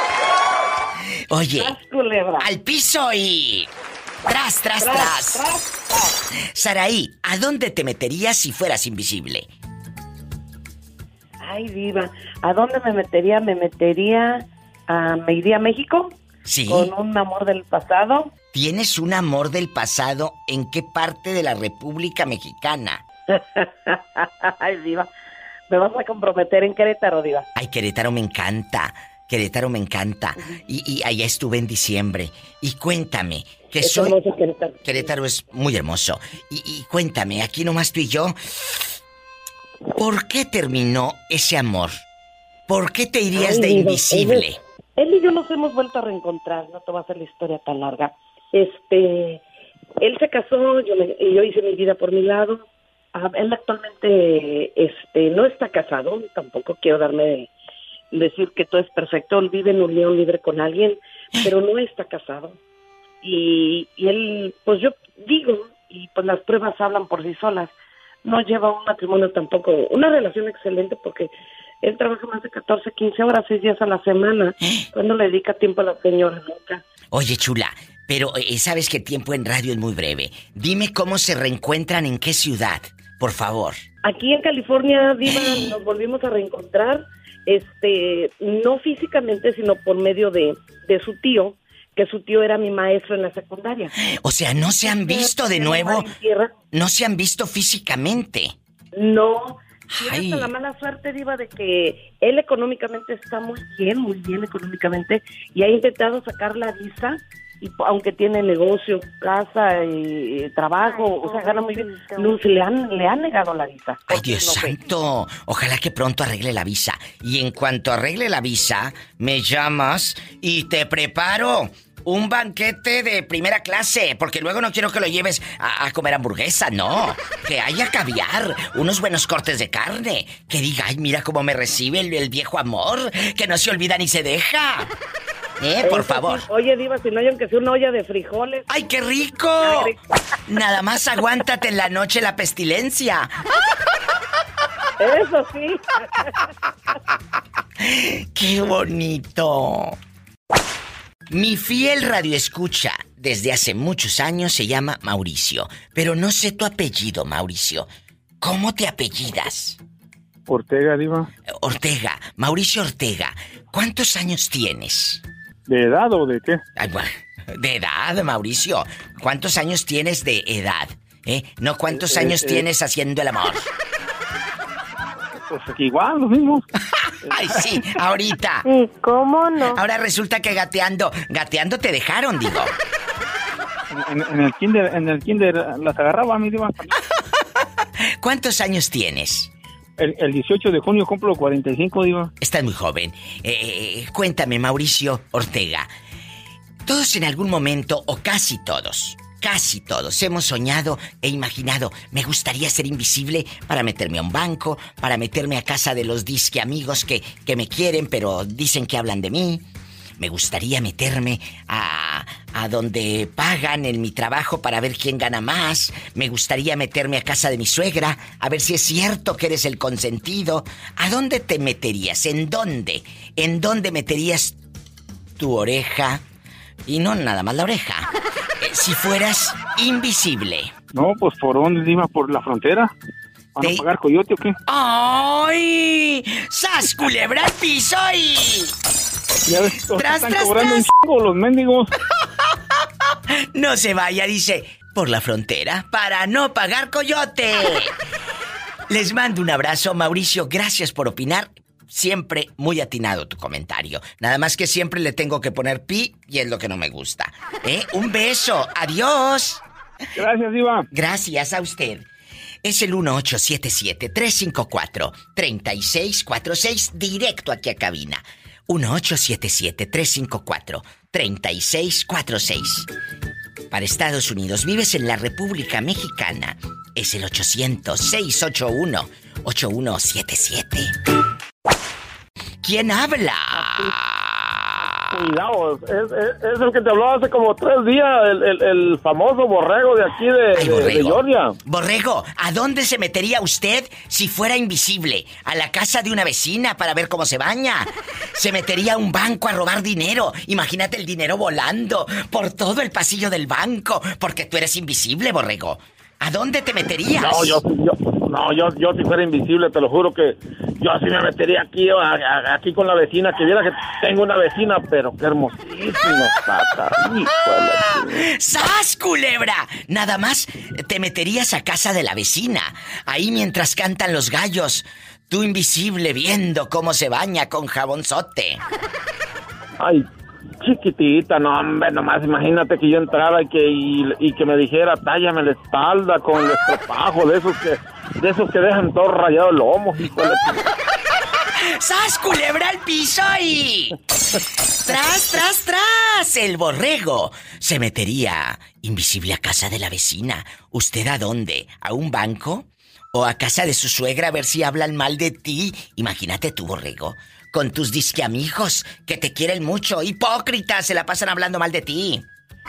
Oye, al piso y... ¡Tras, tras, Tras, tras! tras, tras. Saraí, ¿a dónde te meterías si fueras invisible? Ay, Diva, ¿a dónde me metería? Me metería... a... ¿Me iría a México? Sí. Con un amor del pasado. ¿Tienes un amor del pasado en qué parte de la República Mexicana? Ay, Diva. Me vas a comprometer en Querétaro, Diva. Ay, Querétaro me encanta. Querétaro me encanta. Y, y allá estuve en diciembre. Y cuéntame, que Es soy... hermoso Querétaro. Querétaro es muy hermoso. Y, y cuéntame, aquí nomás tú y yo, ¿por qué terminó ese amor? ¿Por qué te irías Ay, de Diva, invisible? Él, él y yo nos hemos vuelto a reencontrar, no te va a hacer la historia tan larga. Este, él se casó, yo, me, yo hice mi vida por mi lado. Ah, él actualmente este, no está casado, tampoco quiero darme decir que todo es perfecto. Él vive en unión libre con alguien, pero no está casado. Y, y él, pues yo digo, y pues las pruebas hablan por sí solas, no lleva un matrimonio tampoco, una relación excelente porque él trabaja más de catorce, quince horas, seis días a la semana. ¿Cuándo le dedica tiempo a la señora? Nunca. Oye, chula, pero eh, sabes que el tiempo en radio es muy breve. Dime cómo se reencuentran, en qué ciudad, por favor. Aquí en California, Diva, nos volvimos a reencontrar, este, no físicamente, sino por medio de, de su tío, que su tío era mi maestro en la secundaria. O sea, ¿no se han visto de nuevo? ¿No se han visto físicamente? No. Ay. Tiene hasta la mala suerte, Diva, de que él económicamente está muy bien, muy bien económicamente, y ha intentado sacar la visa, y aunque tiene negocio, casa y trabajo, Ay, o sea, gana muy bien, no, se le han, le han negado la visa. ¡Ay, Dios no santo! Ojalá que pronto arregle la visa. Y en cuanto arregle la visa, me llamas y te preparo un banquete de primera clase, porque luego no quiero que lo lleves a, a comer hamburguesa, no. Que haya caviar, unos buenos cortes de carne, que diga, ay, mira cómo me recibe el, el viejo amor, que no se olvida ni se deja. Eh, por Eso favor. Sí. Oye, Diva, si no hay aunque sea una olla de frijoles. ¡Ay, qué rico! Nada más aguántate en la noche la pestilencia. Eso sí. ¡Qué bonito! Mi fiel radioescucha desde hace muchos años se llama Mauricio, pero no sé tu apellido, Mauricio. ¿Cómo te apellidas? Ortega, Diva. Ortega, Mauricio Ortega. ¿Cuántos años tienes? ¿De edad o de qué? Ay, bueno, de edad, Mauricio. ¿Cuántos años tienes de edad? ¿Eh? No cuántos Eh, años eh, tienes haciendo el amor. Pues igual, lo mismo. Ay, sí, ahorita. Sí, ¿cómo no? Ahora resulta que gateando, gateando te dejaron, digo. En, en el kinder, en el kinder las agarraba a mi Diva. ¿Cuántos años tienes? El, el dieciocho de junio cumplo cuarenta y cinco, Diva. Estás muy joven. Eh, cuéntame, Mauricio Ortega. Todos en algún momento, o casi todos, casi todos, hemos soñado e imaginado, me gustaría ser invisible para meterme a un banco, para meterme a casa de los disque amigos que, que me quieren, pero dicen que hablan de mí. Me gustaría meterme a, a donde pagan en mi trabajo para ver quién gana más. Me gustaría meterme a casa de mi suegra, a ver si es cierto que eres el consentido. ¿A dónde te meterías? ¿En dónde? ¿En dónde meterías tu oreja? Y no nada más la oreja. Eh, si fueras invisible. No, pues ¿por dónde, Diva? ¿Por la frontera? ¿Van a pagar coyote o qué? ¡Ay! ¡Sas, culebra al piso y... Ya ves, ¡Tras, están tras, cobrando tras! un chingo los mendigos. No se vaya, dice, por la frontera para no pagar coyote. Les mando un abrazo, Mauricio, gracias por opinar. Siempre muy atinado tu comentario. Nada más que siempre le tengo que poner pi y es lo que no me gusta. ¿Eh? Un beso, adiós. Gracias, Diva. Gracias a usted. Es el uno ocho siete siete, tres cinco cuatro, tres seis cuatro seis, directo aquí a cabina. uno ocho siete siete, tres cinco cuatro, tres seis cuatro seis. Para Estados Unidos, vives en la República Mexicana. Es el ochocientos, seiscientos ochenta y uno, ochenta y uno setenta y siete. ¿Quién habla? Cuidado, es, es, es el que te habló hace como tres días, el, el, el famoso borrego de aquí de, Ay, de, borrego. de Georgia. Borrego, ¿a dónde se metería usted si fuera invisible? ¿A la casa de una vecina para ver cómo se baña? ¿Se metería a un banco a robar dinero? Imagínate el dinero volando por todo el pasillo del banco, porque tú eres invisible, borrego. ¿A dónde te meterías? No, yo, yo, no, yo, yo si fuera invisible, te lo juro que yo así me metería aquí, a, a, aquí con la vecina, que viera que tengo una vecina, pero qué hermosísima está. ¡Sas, culebra! Nada más te meterías a casa de la vecina, ahí mientras cantan los gallos, tú invisible viendo cómo se baña con jabonzote. Ay, chiquitita, no, hombre, nomás imagínate que yo entrara y que, y, y que me dijera, tállame la espalda con el estropajo, de esos que, de esos que dejan todo rayado el lomo, hijo de... ¡Sas, culebra al piso y... ¡Tras, tras, tras! El borrego se metería invisible a casa de la vecina. ¿Usted a dónde? ¿A un banco? ¿O a casa de su suegra a ver si hablan mal de ti? Imagínate tú, borrego, con tus disqueamigos que te quieren mucho. Hipócritas, se la pasan hablando mal de ti.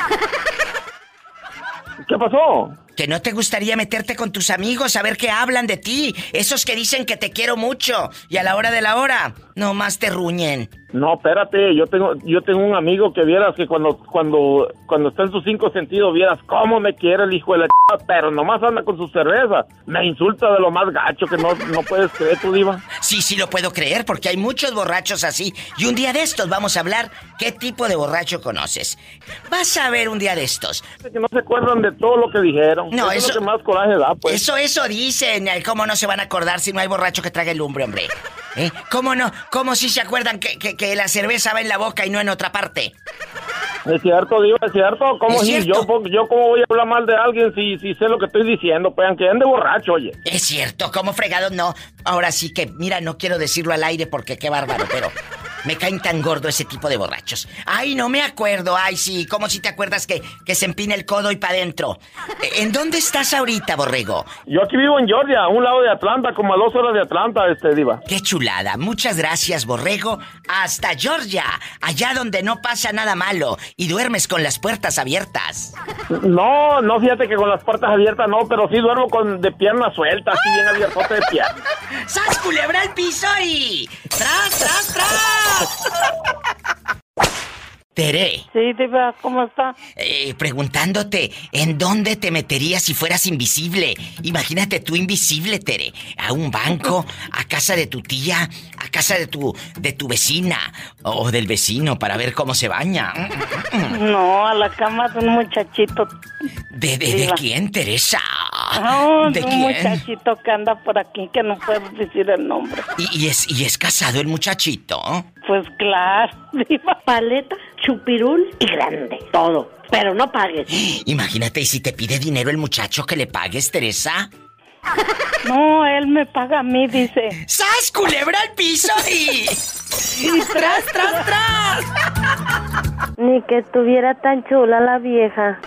¿Qué pasó? Que no te gustaría meterte con tus amigos a ver qué hablan de ti. Esos que dicen que te quiero mucho y a la hora de la hora, nomás te ruñen. No, espérate, yo tengo yo tengo un amigo que vieras que cuando cuando cuando está en sus cinco sentidos, vieras cómo me quiere el hijo de la ch... pero nomás anda con su cerveza. Me insulta de lo más gacho que no, no puedes creer, tú, diva. Sí, sí lo puedo creer, porque hay muchos borrachos así. Y un día de estos vamos a hablar qué tipo de borracho conoces. Vas a ver un día de estos. Que no se acuerdan de todo lo que dijeron. No, eso, eso es lo que más coraje da, pues. Eso, eso dicen. ¿Cómo no se van a acordar si no hay borracho que trague el lumbre, hombre? ¿Eh? ¿Cómo no? ¿Cómo si se acuerdan que, que, que la cerveza va en la boca y no en otra parte? Es cierto, diva, es cierto. ¿Cómo ¿Es si cierto? yo, yo cómo voy a hablar mal de alguien si, si sé lo que estoy diciendo? Pues aunque ande borracho, oye. Es cierto, ¿cómo fregado no? Ahora sí que, mira, no quiero decirlo al aire porque qué bárbaro, pero me caen tan gordo ese tipo de borrachos. Ay, no me acuerdo, ay sí, ¿cómo si te acuerdas que, que se empina el codo y pa' adentro? ¿En dónde estás ahorita, borrego? Yo aquí vivo en Georgia, a un lado de Atlanta, como a dos horas de Atlanta, este, diva. Qué chulada, muchas gracias, borrego. Hasta Georgia, allá donde no pasa nada malo y duermes con las puertas abiertas. No, no, fíjate que con las puertas abiertas no, pero sí duermo con de piernas sueltas, así bien abiertote de piernas. ¡Sas, culebra al piso y... ¡Tras, tras, tras! Tere. Sí, diva, ¿cómo está? Eh, preguntándote, ¿en dónde te meterías si fueras invisible? Imagínate tú invisible, Tere. A un banco, a casa de tu tía, a casa de tu de tu vecina o del vecino para ver cómo se baña. No, a la cama de un muchachito. ¿De, de, de quién, Teresa? No, ¿De un quién? muchachito que anda por aquí que no puedo decir el nombre. ¿Y, y, es, ¿Y es casado el muchachito? Pues claro, diva. Paleta, chupirul y grande. Todo. Pero no pagues. Imagínate, ¿y si te pide dinero el muchacho que le pagues, Teresa? No, él me paga a mí, dice. ¡Sas, culebra al piso y... y tras, tras, tras! Ni que estuviera tan chula la vieja.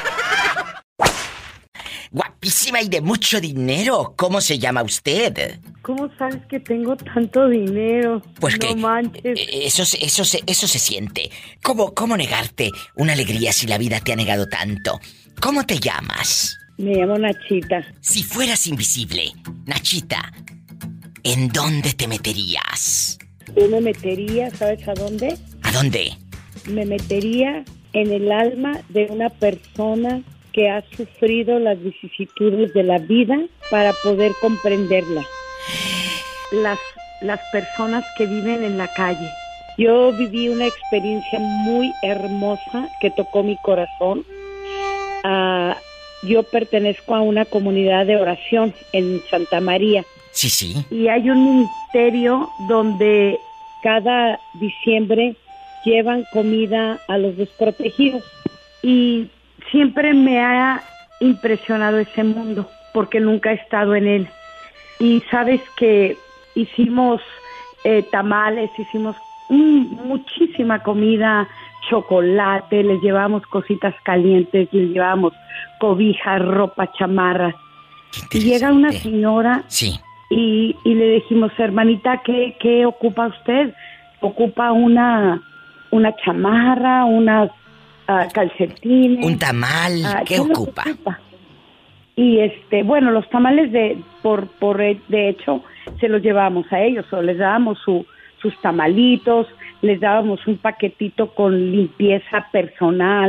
Guapísima y de mucho dinero. ¿Cómo se llama usted? ¿Cómo sabes que tengo tanto dinero? Pues no que manches. Eso, eso, eso, eso se siente. ¿Cómo, ¿Cómo negarte una alegría si la vida te ha negado tanto? ¿Cómo te llamas? Me llamo Nachita. Si fueras invisible, Nachita, ¿en dónde te meterías? Yo me metería, ¿sabes a dónde? ¿A dónde? Me metería en el alma de una persona que ha sufrido las vicisitudes de la vida para poder comprenderla. Las, las personas que viven en la calle. Yo viví una experiencia muy hermosa que tocó mi corazón. Uh, yo pertenezco a una comunidad de oración en Santa María. Sí, sí. Y hay un ministerio donde cada diciembre llevan comida a los desprotegidos. Y siempre me ha impresionado ese mundo, porque nunca he estado en él. Y sabes que hicimos eh, tamales, hicimos mm, muchísima comida, chocolate, les llevamos cositas calientes, les llevamos cobijas, ropa, chamarras. Y llega una señora sí. y, y le dijimos, hermanita, ¿qué, qué ocupa usted? Ocupa una, una chamarra, unas Uh, calcetines. Un tamal, uh, ¿qué, ¿qué ocupa? ocupa? Y este, bueno, los tamales de por por de hecho se los llevábamos a ellos, o les dábamos su, sus tamalitos, les dábamos un paquetito con limpieza personal,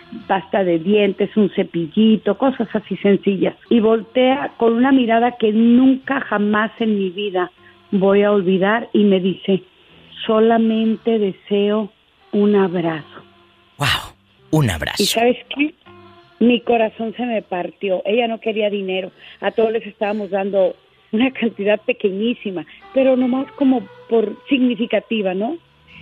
pasta de dientes, un cepillito, cosas así sencillas. Y voltea con una mirada que nunca jamás en mi vida voy a olvidar y me dice, solamente deseo un abrazo. ¡Wow! Un abrazo. ¿Y sabes qué? Mi corazón se me partió. Ella no quería dinero. A todos les estábamos dando una cantidad pequeñísima, pero nomás como por significativa, ¿no?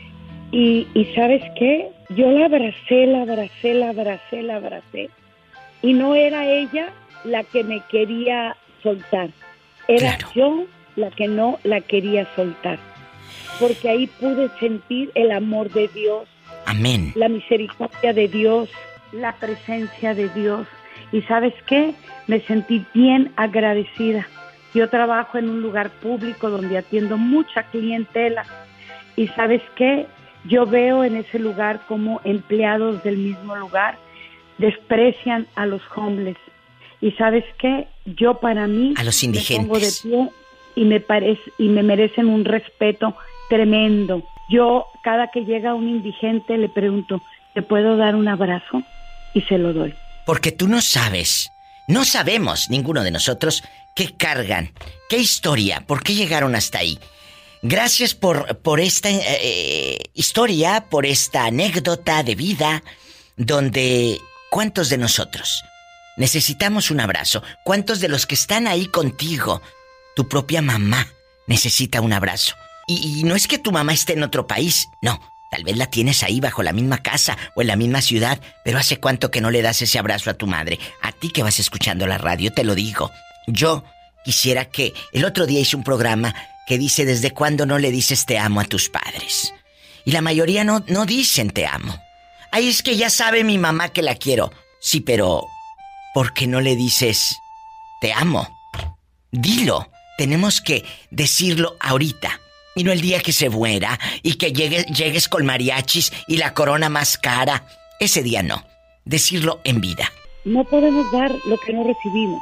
Y, y ¿sabes qué? Yo la abracé, la abracé, la abracé, la abracé. Y no era ella la que me quería soltar. Era claro. yo la que no la quería soltar. Porque ahí pude sentir el amor de Dios. Amén. La misericordia de Dios, la presencia de Dios. ¿Y sabes qué? Me sentí bien agradecida. Yo trabajo en un lugar público donde atiendo mucha clientela. ¿Y sabes qué? Yo veo en ese lugar como empleados del mismo lugar desprecian a los homeless. ¿Y sabes qué? Yo para mí... A los indigentes. Me pongo de pie y me, parece, y me merecen un respeto tremendo. Yo, cada que llega un indigente, le pregunto, ¿te puedo dar un abrazo? Y se lo doy. Porque tú no sabes, no sabemos, ninguno de nosotros, qué cargan, qué historia, por qué llegaron hasta ahí. Gracias por, por esta eh, historia, por esta anécdota de vida, donde ¿cuántos de nosotros necesitamos un abrazo? ¿Cuántos de los que están ahí contigo, tu propia mamá, necesita un abrazo? Y, y no es que tu mamá esté en otro país, no. Tal vez la tienes ahí bajo la misma casa o en la misma ciudad, pero ¿hace cuánto que no le das ese abrazo a tu madre? A ti que vas escuchando la radio, te lo digo. Yo quisiera que... El otro día hice un programa que dice ¿desde cuándo no le dices te amo a tus padres? Y la mayoría no, no dicen te amo. Ay, es que ya sabe mi mamá que la quiero. Sí, pero ¿por qué no le dices te amo? Dilo. Tenemos que decirlo ahorita. Y no el día que se muera y que llegue, llegues con mariachis y la corona más cara. Ese día no. Decirlo en vida. No podemos dar lo que no recibimos.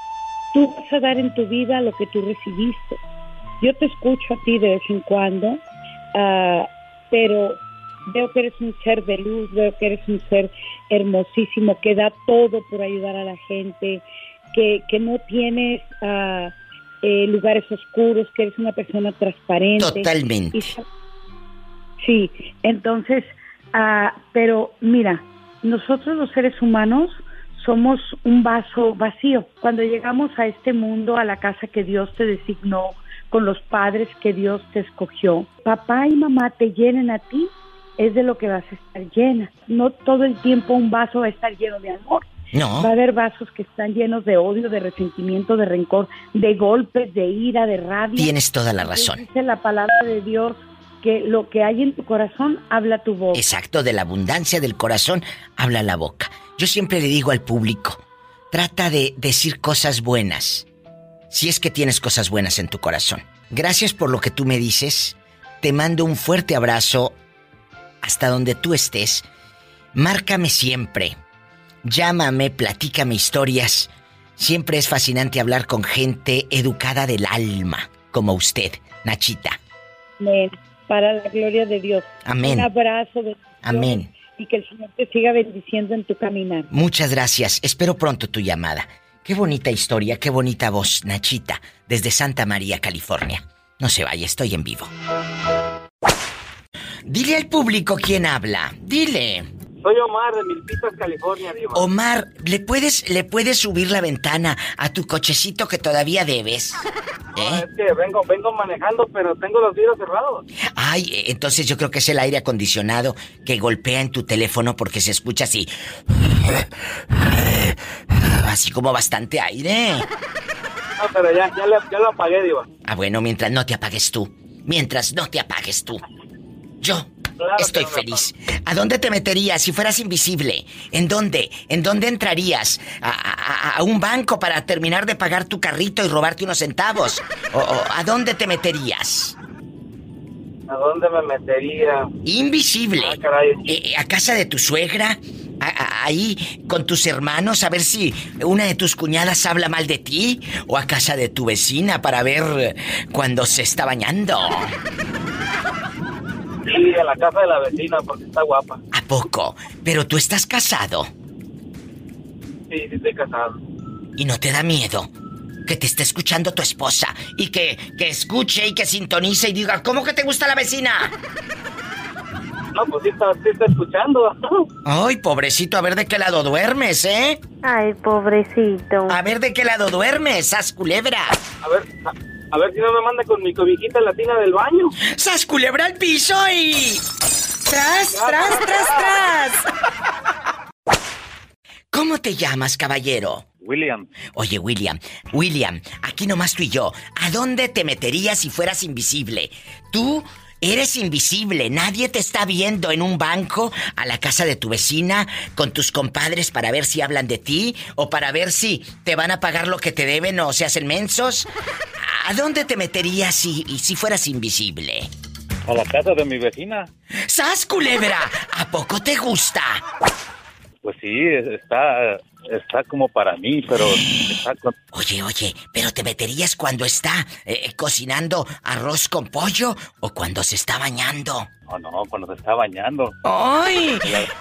Tú vas a dar en tu vida lo que tú recibiste. Yo te escucho a ti de vez en cuando, uh, pero veo que eres un ser de luz, veo que eres un ser hermosísimo, que da todo por ayudar a la gente, que, que no tienes... Uh, Eh, lugares oscuros, que eres una persona transparente. Totalmente. Y, sí, entonces, uh, pero mira, nosotros los seres humanos somos un vaso vacío. Cuando llegamos a este mundo, a la casa que Dios te designó, con los padres que Dios te escogió, papá y mamá te llenen a ti, es de lo que vas a estar llena. No todo el tiempo un vaso va a estar lleno de amor. No. Va a haber vasos que están llenos de odio, de resentimiento, de rencor, de golpes, de ira, de rabia. Tienes toda la razón. Dice la palabra de Dios que lo que hay en tu corazón habla tu boca. Exacto, de la abundancia del corazón habla la boca. Yo siempre le digo al público, trata de decir cosas buenas, si es que tienes cosas buenas en tu corazón. Gracias por lo que tú me dices. Te mando un fuerte abrazo hasta donde tú estés. Márcame siempre. Llámame, platícame historias. Siempre es fascinante hablar con gente educada del alma, como usted, Nachita. Amén. Para la gloria de Dios. Amén. Un abrazo de Dios. Amén. Y que el Señor te siga bendiciendo en tu caminar. Muchas gracias. Espero pronto tu llamada. Qué bonita historia, qué bonita voz, Nachita, desde Santa María, California. No se vaya, estoy en vivo. Dile al público quién habla. Dile. Soy Omar de Milpitas, California, Diva. Omar, ¿le puedes, ¿le puedes subir la ventana a tu cochecito que todavía debes? ¿Eh? No, es que vengo, vengo manejando, pero tengo los vidrios cerrados. Ay, entonces yo creo que es el aire acondicionado que golpea en tu teléfono porque se escucha así. Así como bastante aire. No, pero ya, ya, lo, ya lo apagué, Diva. Ah, bueno, mientras no te apagues tú. Mientras no te apagues tú. Yo... Claro, estoy feliz. ¿A dónde te meterías si fueras invisible? ¿En dónde? ¿En dónde entrarías? ¿A, a, a un banco para terminar de pagar tu carrito y robarte unos centavos? ¿O, o a dónde te meterías? ¿A dónde me metería? Invisible. Ah, caray. Eh, ¿A casa de tu suegra? A, a, ¿Ahí con tus hermanos a ver si una de tus cuñadas habla mal de ti? ¿O a casa de tu vecina para ver cuando se está bañando? Sí, a la casa de la vecina porque está guapa. ¿A poco? ¿Pero tú estás casado? Sí, sí estoy casado. ¿Y no te da miedo que te esté escuchando tu esposa y que, que escuche y que sintonice y diga, ¿cómo que te gusta la vecina? No, pues sí está, sí está escuchando. Ay, pobrecito, a ver de qué lado duermes, ¿eh? Ay, pobrecito. A ver de qué lado duermes, sas culebra. A ver, a, a ver si no me manda con mi cobijita en la tina del baño. ¡Sas culebra al piso y... ¡Tras, tras, tras, tras! ¿Cómo te llamas, caballero? William. Oye, William, William, aquí nomás tú y yo. ¿A dónde te meterías si fueras invisible? Tú eres invisible, nadie te está viendo en un banco, a la casa de tu vecina, con tus compadres para ver si hablan de ti o para ver si te van a pagar lo que te deben o se hacen mensos. ¿A dónde te meterías si, si fueras invisible? A la casa de mi vecina. ¡Sas, culebra! ¿A poco te gusta? Pues sí, está, está como para mí, pero... Está con... Oye, oye, ¿pero te meterías cuando está eh, cocinando arroz con pollo o cuando se está bañando? No, no, cuando se está bañando. ¡Ay! El, ar...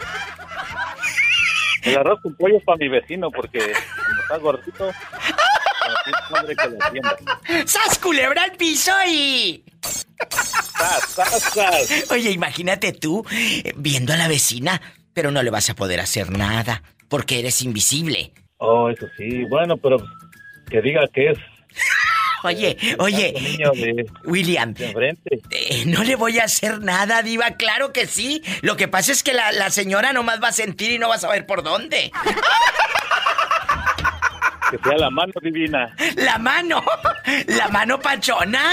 El arroz con pollo es para mi vecino, porque cuando está gordito... Madre que lo atienda. ¡Sas, culebra al piso y... ¡Sas, sas, sas! Oye, imagínate tú eh, viendo a la vecina... Pero no le vas a poder hacer nada, porque eres invisible. Oh, eso sí. Bueno, pero que diga que es... Oye, oye, de, William, de eh, no le voy a hacer nada, diva, claro que sí. Lo que pasa es que la, la señora nomás va a sentir y no va a saber por dónde. Que sea la mano divina. ¿La mano? ¿La mano pachona?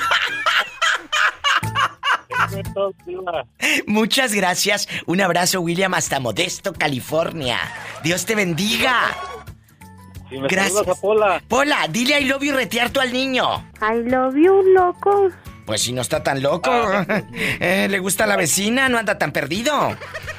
Muchas gracias. Un abrazo, William, hasta Modesto, California. Dios te bendiga. Si me gracias. A Pola. Pola, dile I love you retear tú al niño. I love you, loco. Pues si no está tan loco. Ah, eh, le gusta la vecina, no anda tan perdido.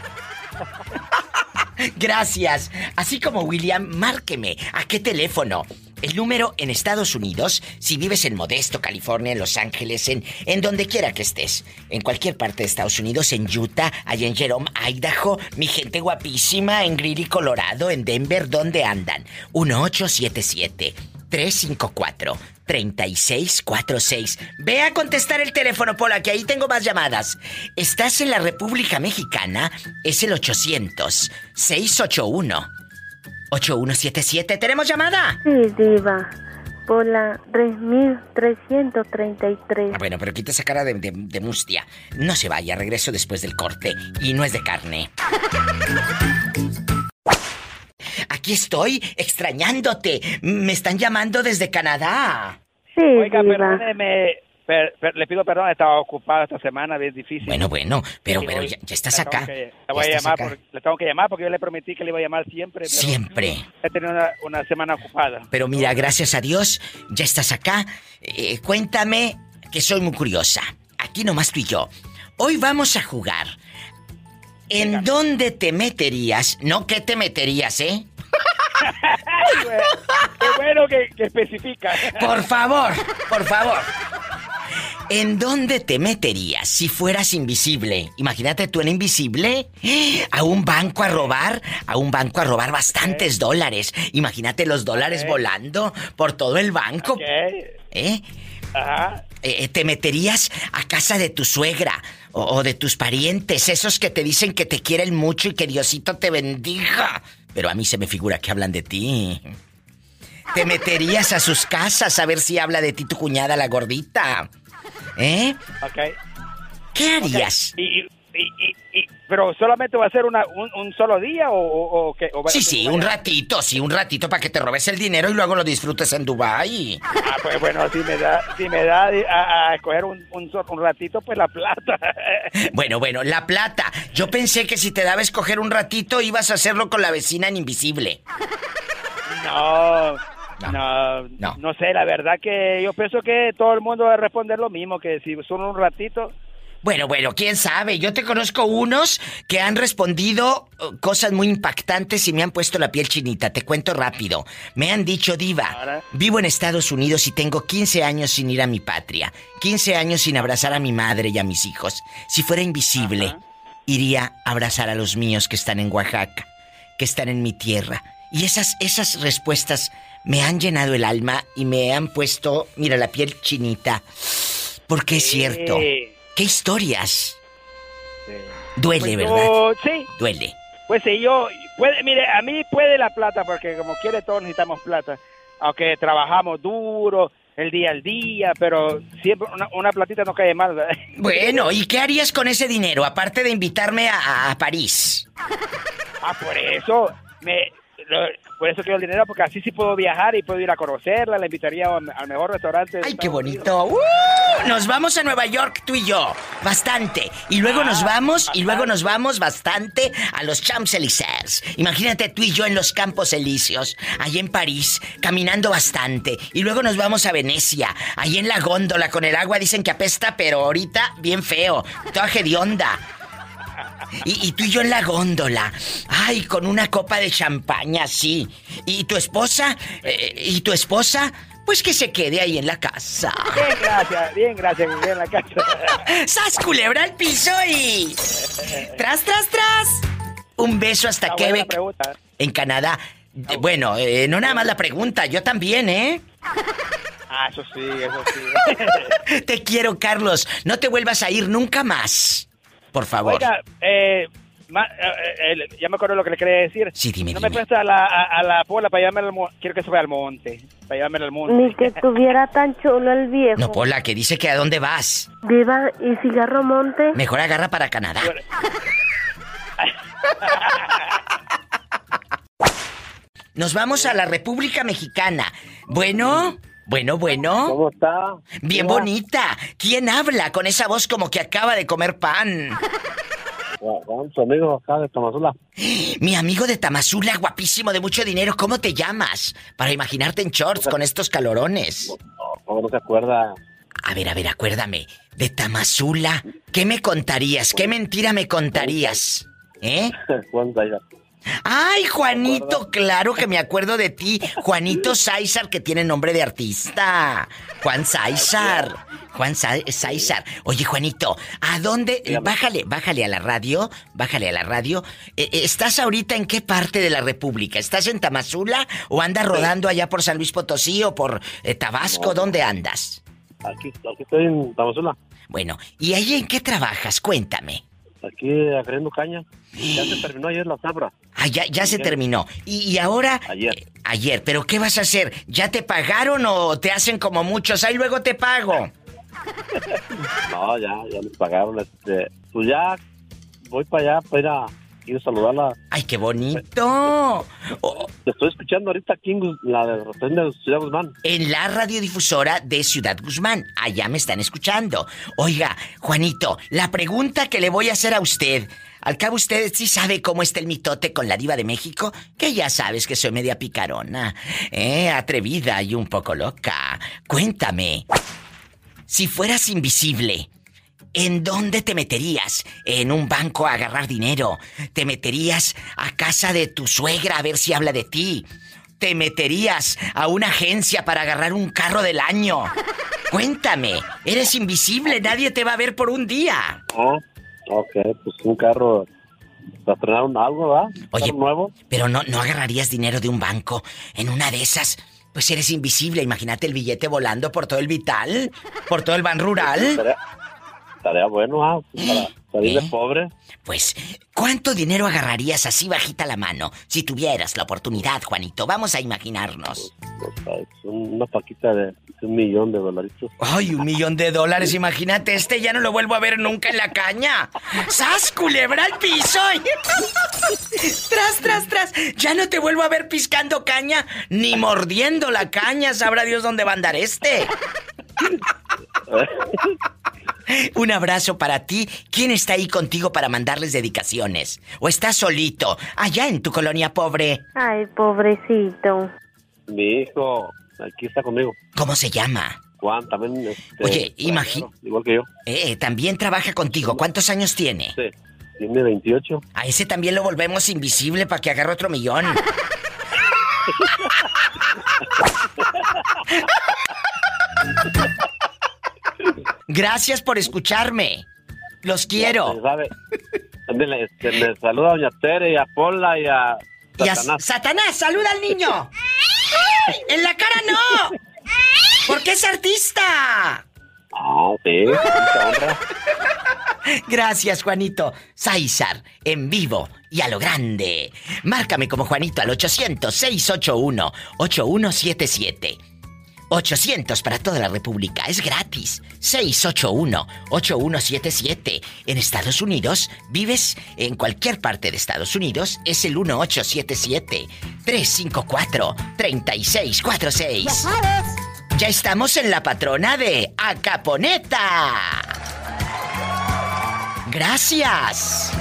Gracias. Así como William, márqueme. ¿A qué teléfono? El número en Estados Unidos, si vives en Modesto, California, en Los Ángeles, en, en donde quiera que estés, en cualquier parte de Estados Unidos, en Utah, allá en Jerome, Idaho, mi gente guapísima, en Greeley, Colorado, en Denver, ¿dónde andan? uno ocho siete siete, tres cinco cuatro, tres seis cuatro seis. Ve a contestar el teléfono, Pola, que ahí tengo más llamadas. ¿Estás en la República Mexicana? Es el ochocientos, seiscientos ochenta y uno, ocho uno siete siete. ¿Tenemos llamada? Sí, diva. Por la tres mil trescientos treinta y tres. Bueno, pero quita esa cara de, de, de mustia. No se vaya, regreso después del corte. Y no es de carne. Aquí estoy, extrañándote. Me están llamando desde Canadá. Sí, Oiga, diva. perdóneme. Per, per, le pido perdón, estaba ocupado esta semana, es difícil. Bueno, bueno, pero, Sí, pero hoy ya, ya estás le tengo acá. que- le Ya voy a estás llamar, acá. porque, le tengo que llamar porque yo le prometí que le iba a llamar siempre. Pero Siempre. he tenido una, una semana ocupada. Pero mira, gracias a Dios, ya estás acá. Eh, cuéntame, que soy muy curiosa. Aquí nomás tú y yo. Hoy vamos a jugar. ¿En dónde te meterías? No, ¿qué te meterías, eh? Ay, güey, qué bueno que, que especifica. Por favor, por favor. ¿En dónde te meterías si fueras invisible? Imagínate tú en invisible, a un banco a robar, a un banco a robar bastantes dólares. Imagínate los dólares Ok. volando por todo el banco. Ok. ¿Eh? Ajá. Eh, ¿Te meterías a casa de tu suegra o, o de tus parientes, esos que te dicen que te quieren mucho y que Diosito te bendiga? Pero a mí se me figura que hablan de ti. ¿Te meterías a sus casas a ver si habla de ti tu cuñada, la gordita? ¿Eh? Ok. ¿Qué harías? Y, y, y, y- y- pero solamente va a ser una, un, un solo día o, o, o qué? O va- Sí, sí, un ratito, sí, un ratito para que te robes el dinero y luego lo disfrutes en Dubái. Ah, pues bueno, si me da, si me da a, a escoger un, un, so- un ratito, pues la plata. Bueno, bueno, la plata. Yo pensé que si te daba a escoger un ratito ibas a hacerlo con la vecina en invisible. No, no, no, no sé, la verdad que yo pienso que todo el mundo va a responder lo mismo, que si solo un ratito, Bueno, bueno, quién sabe. Yo te conozco unos que han respondido cosas muy impactantes y me han puesto la piel chinita. Te cuento rápido. Me han dicho, diva, vivo en Estados Unidos y tengo quince años sin ir a mi patria. quince años sin abrazar a mi madre y a mis hijos. Si fuera invisible, Ajá. iría a abrazar a los míos que están en Oaxaca, que están en mi tierra. Y esas, esas respuestas me han llenado el alma y me han puesto, mira, la piel chinita. Porque es cierto. ¿Qué historias? Sí. Duele, pues ¿verdad? Yo, sí. Duele. Pues sí, yo... Puede, mire, a mí puede la plata, porque como quiere todos necesitamos plata. Aunque trabajamos duro, el día al día, pero siempre una, una platita no cae mal, ¿verdad? Bueno, ¿y qué harías con ese dinero, aparte de invitarme a, a París? Ah, por eso... me lo, Por eso quiero el dinero, porque así sí puedo viajar y puedo ir a conocerla, la invitaría al, al mejor restaurante. ¡Ay, qué bonito! ¡Uh! Nos vamos a Nueva York, tú y yo. Bastante. Y luego ah, nos vamos, bastante. y luego nos vamos bastante a los Champs-Élysées. Imagínate tú y yo en los Campos Elíseos, ahí en París, caminando bastante. Y luego nos vamos a Venecia, ahí en la góndola con el agua, dicen que apesta, pero ahorita bien feo. Toda hedionda. Y, y tú y yo en la góndola. Ay, con una copa de champaña, sí. ¿Y tu esposa? Eh, ¿Y tu esposa? Pues que se quede ahí en la casa. Bien, gracias, bien, gracias, que quede en la casa. ¡Sas, culebra al piso y... ¡Tras, tras, tras! Un beso hasta Está Quebec, en Canadá. Está bueno, eh, no nada más la pregunta, yo también, ¿eh? Ah, eso sí, eso sí. Te quiero, Carlos. No te vuelvas a ir nunca más. Por favor. Oiga, eh, ma, eh, eh, ya me acuerdo lo que le quería decir. Sí, dime, No dime. me presta a la, a, a la Pola para llevarme al monte. Quiero que se vaya al monte. Para llevarme al monte. Ni que estuviera tan chulo el viejo. No, Pola, que dice que a dónde vas. Diva, ¿y cigarro monte? Mejor agarra para Canadá. Nos vamos a la República Mexicana. Bueno... Bueno, bueno. ¿Cómo está? Bien Hola. bonita. ¿Quién habla con esa voz como que acaba de comer pan? Con su amigo acá de Tamazula. Mi amigo de Tamazula, guapísimo, de mucho dinero. ¿Cómo te llamas? Para imaginarte en shorts con estos calorones. No, no se acuerda. A ver, a ver, acuérdame. De Tamazula, ¿qué me contarías? ¿Qué mentira me contarías? ¿Eh? Cuenta ya. ¡Ay, Juanito! Claro que me acuerdo de ti. Juanito Sáizar, que tiene nombre de artista. Juan Sáizar. Juan Sáizar. Oye, Juanito, ¿a dónde? Bájale, bájale a la radio. Bájale a la radio. Eh, ¿Estás ahorita en qué parte de la República? ¿Estás en Tamazula o andas rodando allá por San Luis Potosí o por eh, Tabasco? No. ¿Dónde andas? Aquí, aquí estoy en Tamazula. Bueno, ¿y ahí en qué trabajas? Cuéntame. Aquí agarrando caña. Ya se terminó ayer la zafra. Ah, ya, ya se terminó. ¿Y, y ahora? Ayer. Eh, ayer, ¿pero qué vas a hacer? ¿Ya te pagaron o te hacen como muchos? Ahí luego te pago. No, ya, ya les pagaron. Este, pues ya voy para allá para ir a, ir a saludarla. ¡Ay, qué bonito! Oh. Te estoy escuchando ahorita aquí en la de Ciudad Guzmán. En la radiodifusora de Ciudad Guzmán. Allá me están escuchando. Oiga, Juanito, la pregunta que le voy a hacer a usted... Al cabo usted sí sabe cómo está el mitote con la diva de México, que ya sabes que soy media picarona, eh, atrevida y un poco loca. Cuéntame, si fueras invisible, ¿en dónde te meterías? ¿En un banco a agarrar dinero? ¿Te meterías a casa de tu suegra a ver si habla de ti? ¿Te meterías a una agencia para agarrar un carro del año? Cuéntame, eres invisible, nadie te va a ver por un día. Ah. Ok, pues un carro, ¿te estrenaron algo, verdad? Oye, ¿Carro nuevo? Pero no, no agarrarías dinero de un banco. En una de esas, pues eres invisible. Imagínate el billete volando por todo el Vital, por todo el Ban Rural. Estaría, estaría bueno, ah, para salir ¿Eh? de pobre. Pues, ¿cuánto dinero agarrarías así bajita la mano si tuvieras la oportunidad, Juanito? Vamos a imaginarnos. Pues, pues, una paquita de un millón de dolaritos. Ay, un millón de dólares, imagínate, este ya no lo vuelvo a ver nunca en la caña. ¡Sas, culebra al piso! ¡Tras, tras, tras! Ya no te vuelvo a ver piscando caña, ni mordiendo la caña, sabrá Dios dónde va a andar este. Un abrazo para ti. ¿Quién está ahí contigo para mandarles dedicaciones? ¿O estás solito, allá en tu colonia pobre? Ay, pobrecito. Mi hijo, aquí está conmigo. ¿Cómo se llama? Juan, también. Este, Oye, imagínate. Igual que yo. Eh, también trabaja contigo. ¿Cuántos años tiene? Sí, tiene veintiocho. A ese también lo volvemos invisible para que agarre otro millón. Gracias por escucharme. Los quiero. ¿Sabe? Ándale, este, me saluda a doña Tere y a Pola y a Y a Satanás. Satanás, saluda al niño. En la cara no. Porque es artista. Ah, sí, mucha honra. Gracias, Juanito. Sáizar, en vivo y a lo grande. Márcame como Juanito al ochocientos, seiscientos ochenta y uno, ochenta y uno setenta y siete. ochocientos para toda la República, es gratis. seiscientos ochenta y uno, ochenta y uno setenta y siete. En Estados Unidos, vives en cualquier parte de Estados Unidos, es el uno ocho siete siete, tres cinco cuatro, tres seis cuatro seis. ¡Ya sabes! Ya estamos en la patrona de Acaponeta. Gracias.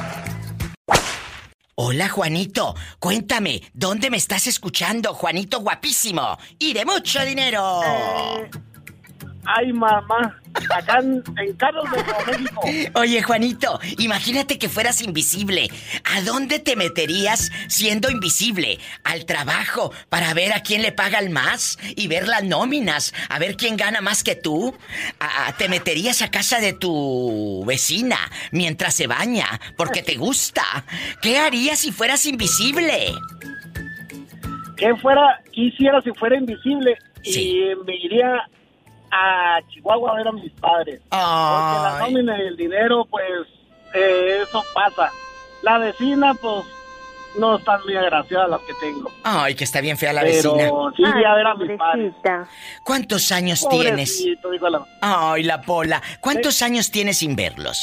Hola, Juanito. Cuéntame, ¿dónde me estás escuchando, Juanito guapísimo? Y de mucho dinero. Eh, ay, mamá. Acá en, en Carlos de Nuevo México. Oye, Juanito, imagínate que fueras invisible. ¿A dónde te meterías siendo invisible? ¿Al trabajo para ver a quién le pagan más? Y ver las nóminas, a ver quién gana más que tú. ¿A- ¿Te meterías a casa de tu vecina mientras se baña porque te gusta? ¿Qué harías si fueras invisible? ¿Qué fuera, quisiera si fuera invisible? Sí. Y me iría a Chihuahua a ver a mis padres. Ay. Porque la nómina y el dinero, pues, eh, eso pasa. La vecina, pues, no están muy agraciadas las que tengo. Ay, que está bien fea la Pero vecina. sí iría a ver a mis padres. ¿Cuántos años tienes? Pobrecito, dijo la- Ay, la Pola. ¿Cuántos años tienes sin verlos?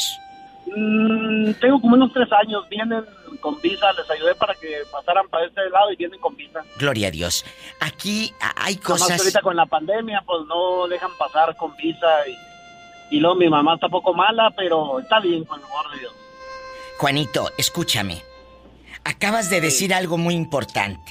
Mm, tengo como unos tres años. Vienen con visa, les ayudé para que pasaran para este lado y vienen con visa. Gloria a Dios. Aquí a- hay Nada más que cosas... ahorita con la pandemia, pues no dejan pasar con visa. Y, y luego mi mamá está poco mala, pero está bien con el amor de Dios. Juanito, escúchame. Acabas de decir algo muy importante.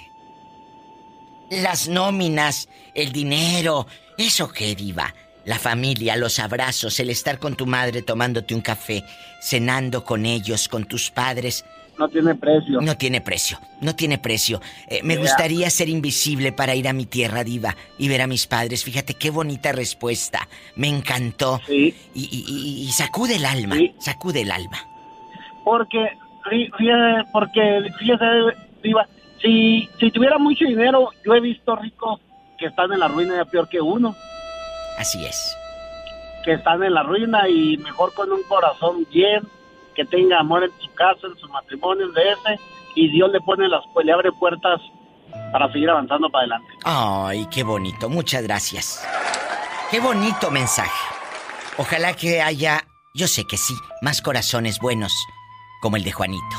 Las nóminas, el dinero, ¿eso qué, diva? La familia, los abrazos, el estar con tu madre tomándote un café, cenando con ellos, con tus padres. No tiene precio. No tiene precio, no tiene precio. Eh, me Ya. gustaría ser invisible para ir a mi tierra, diva, y ver a mis padres. Fíjate qué bonita respuesta. Me encantó. Sí. Y, y- y- y sacude el alma, Sí. sacude el alma. Porque, fí- fíjese, porque, fíjese, Diva, si, si tuviera mucho dinero, yo he visto ricos que están en la ruina ya peor que uno. Así es. Que están en la ruina y mejor con un corazón bien, que tenga amor en su casa, en su matrimonio, de ese, y Dios le pone las, pues, le abre puertas para seguir avanzando para adelante. Ay, qué bonito, muchas gracias. Qué bonito mensaje. Ojalá que haya, yo sé que sí, más corazones buenos como el de Juanito.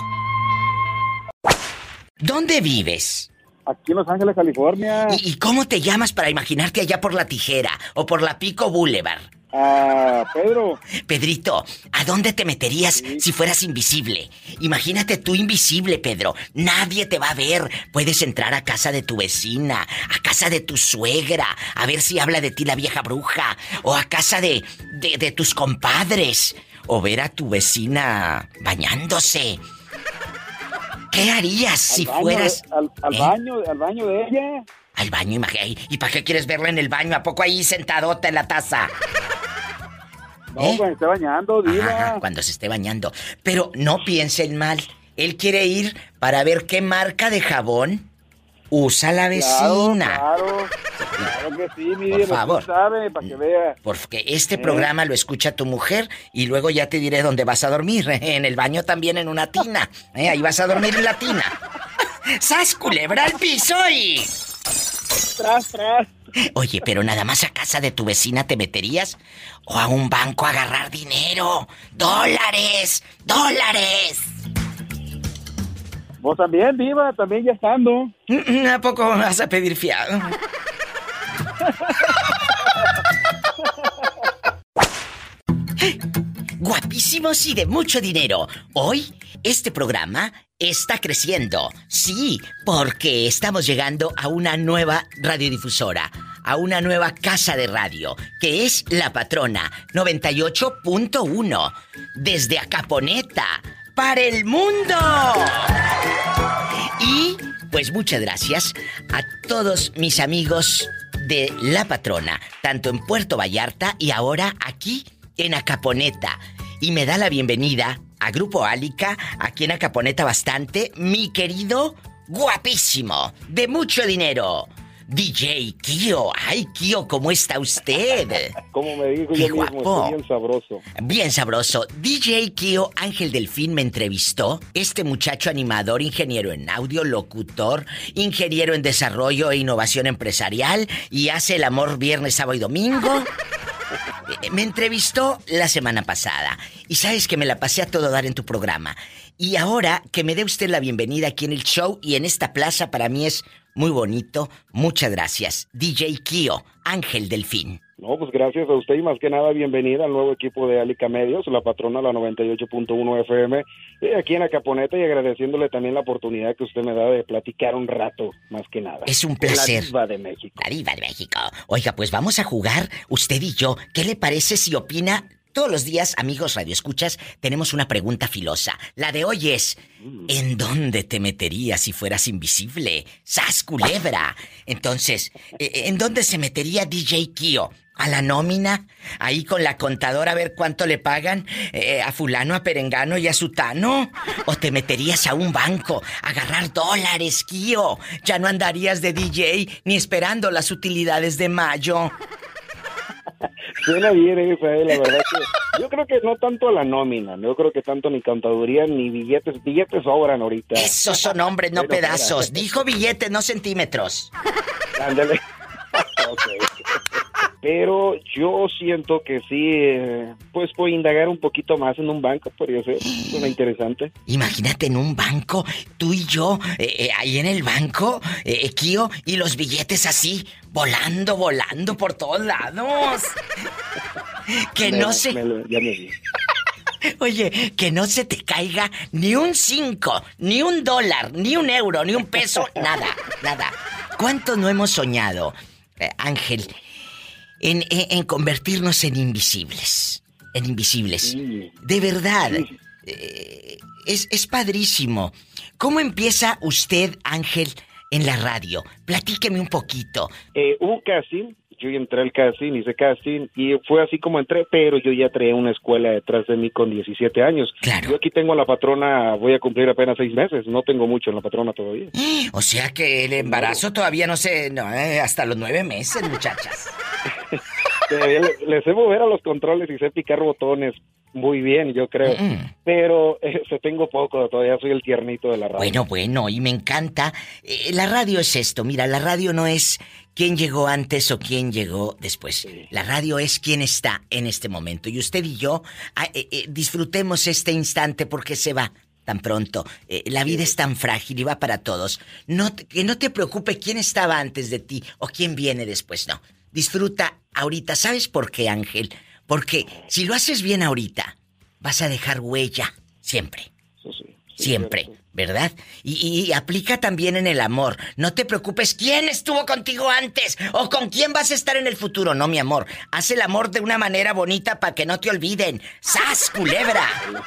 ¿Dónde vives? Aquí en Los Ángeles, California. ¿Y, y cómo te llamas para imaginarte allá por la Tijera o por la Pico Boulevard? Ah, Pedro. Pedrito, ¿a dónde te meterías si fueras invisible? Imagínate tú invisible, Pedro. Nadie te va a ver. Puedes entrar a casa de tu vecina, a casa de tu suegra, a ver si habla de ti la vieja bruja, o a casa de, de, de tus compadres, o ver a tu vecina bañándose. ¿Qué harías si Al baño fueras... de- al, al ¿Eh? baño, al baño de ella. Al baño, imagínate. ¿Y para qué quieres verla en el baño? ¿A poco ahí sentadota en la taza? No, ¿Eh? cuando esté bañando, diva. Ajá, cuando se esté bañando. Pero no piensen mal. Él quiere ir para ver qué marca de jabón usa la vecina. Claro, claro, claro que sí, mi Por diva, favor. usted sabe, para que vea. Porque este ¿Eh? programa lo escucha tu mujer y luego ya te diré dónde vas a dormir. En el baño también, en una tina. ¿Eh? Ahí vas a dormir en la tina. ¡Sas, culebra al piso y... Tras, tras. Oye, pero nada más a casa de tu vecina te meterías o a un banco a agarrar dinero. ¡Dólares! ¡Dólares! Vos también, diva, también ya estando. ¿A poco vas a pedir fiado? Guapísimos y de mucho dinero. Hoy, este programa está creciendo. Sí, porque estamos llegando a una nueva radiodifusora. a una nueva casa de radio, que es La Patrona noventa y ocho punto uno, desde Acaponeta, para el mundo. Y, pues muchas gracias a todos mis amigos de La Patrona, tanto en Puerto Vallarta y ahora aquí en Acaponeta. Y me da la bienvenida a Grupo Álica, aquí en Acaponeta bastante, mi querido, guapísimo, de mucho dinero, D J Kio. Ay, Kio, ¿cómo está usted? Como me digo Qué yo mismo, guapo. estoy bien sabroso. Bien sabroso. D J Kio Ángel Delfín me entrevistó. Este muchacho animador, ingeniero en audio, locutor, ingeniero en desarrollo e innovación empresarial y hace el amor viernes, sábado y domingo. Me entrevistó la semana pasada. Y sabes que me la pasé a todo dar en tu programa. Y ahora que me dé usted la bienvenida aquí en el show y en esta plaza, para mí es muy bonito. Muchas gracias, D J Kio Ángel Delfín. No, pues gracias a usted y más que nada bienvenida al nuevo equipo de Álica Medios, La Patrona, la noventa y ocho punto uno F M, y aquí en Acaponeta, y agradeciéndole también la oportunidad que usted me da de platicar un rato, más que nada. Es un placer. La diva de México. La diva de México. Oiga, pues vamos a jugar usted y yo. ¿Qué le parece si opina? Todos los días, amigos radioescuchas, tenemos una pregunta filosa. La de hoy es, ¿en dónde te meterías si fueras invisible? ¡Sas, culebra! Entonces, ¿en dónde se metería D J Kio? ¿A la nómina? ¿Ahí con la contadora a ver cuánto le pagan? Eh, ¿A fulano, a perengano y a sutano? ¿O te meterías a un banco a agarrar dólares, Kio? Ya no andarías de D J ni esperando las utilidades de mayo. Suena bien esa, eh, la verdad que yo creo que no tanto a la nómina, yo creo que tanto ni contaduría ni billetes, billetes sobran ahorita. Esos son hombres, no Pero, pedazos. espera. Dijo billetes, no centímetros. Ándale. Okay. Pero yo siento que sí, eh, pues puedo indagar un poquito más en un banco, podría ser, suena interesante. Imagínate en un banco, tú y yo, eh, eh, ahí en el banco, eh, Kio, y los billetes así, volando, volando por todos lados. Que Me- no se... me lo- ya me vi. Oye, que no se te caiga ni un cinco, ni un dólar, ni un euro, ni un peso, nada, nada. ¿Cuánto no hemos soñado, eh, Ángel, en, en, en convertirnos en invisibles? En invisibles. De verdad. Eh, es, es padrísimo. ¿Cómo empieza usted, Ángel, en la radio? Platíqueme un poquito. Eh, hubo un casting, yo entré al casting, hice casting y fue así como entré, pero yo ya traía una escuela detrás de mí con diecisiete años. Yo aquí tengo a La Patrona, voy a cumplir apenas seis meses, no tengo mucho en La Patrona todavía. O sea que el embarazo todavía no se... No, eh, hasta los nueve meses, muchachas. Todavía le, le sé mover a los controles y sé picar botones muy bien, yo creo. Mm. Pero eh, se tengo poco, todavía soy el tiernito de la radio. Bueno, bueno, y me encanta. Eh, la radio es esto, mira, la radio no es quién llegó antes o quién llegó después. La radio es quién está en este momento. Y usted y yo ah, eh, eh, disfrutemos este instante porque se va tan pronto. Eh, la vida es tan frágil y va para todos. No, te- que no te preocupe quién estaba antes de ti o quién viene después, no. Disfruta ahorita. ¿Sabes por qué, Ángel? Porque si lo haces bien ahorita, vas a dejar huella siempre. Siempre, ¿verdad? Y, y aplica también en el amor. No te preocupes quién estuvo contigo antes o con quién vas a estar en el futuro. No, mi amor. Haz el amor de una manera bonita para que no te olviden. ¡Sas, culebra!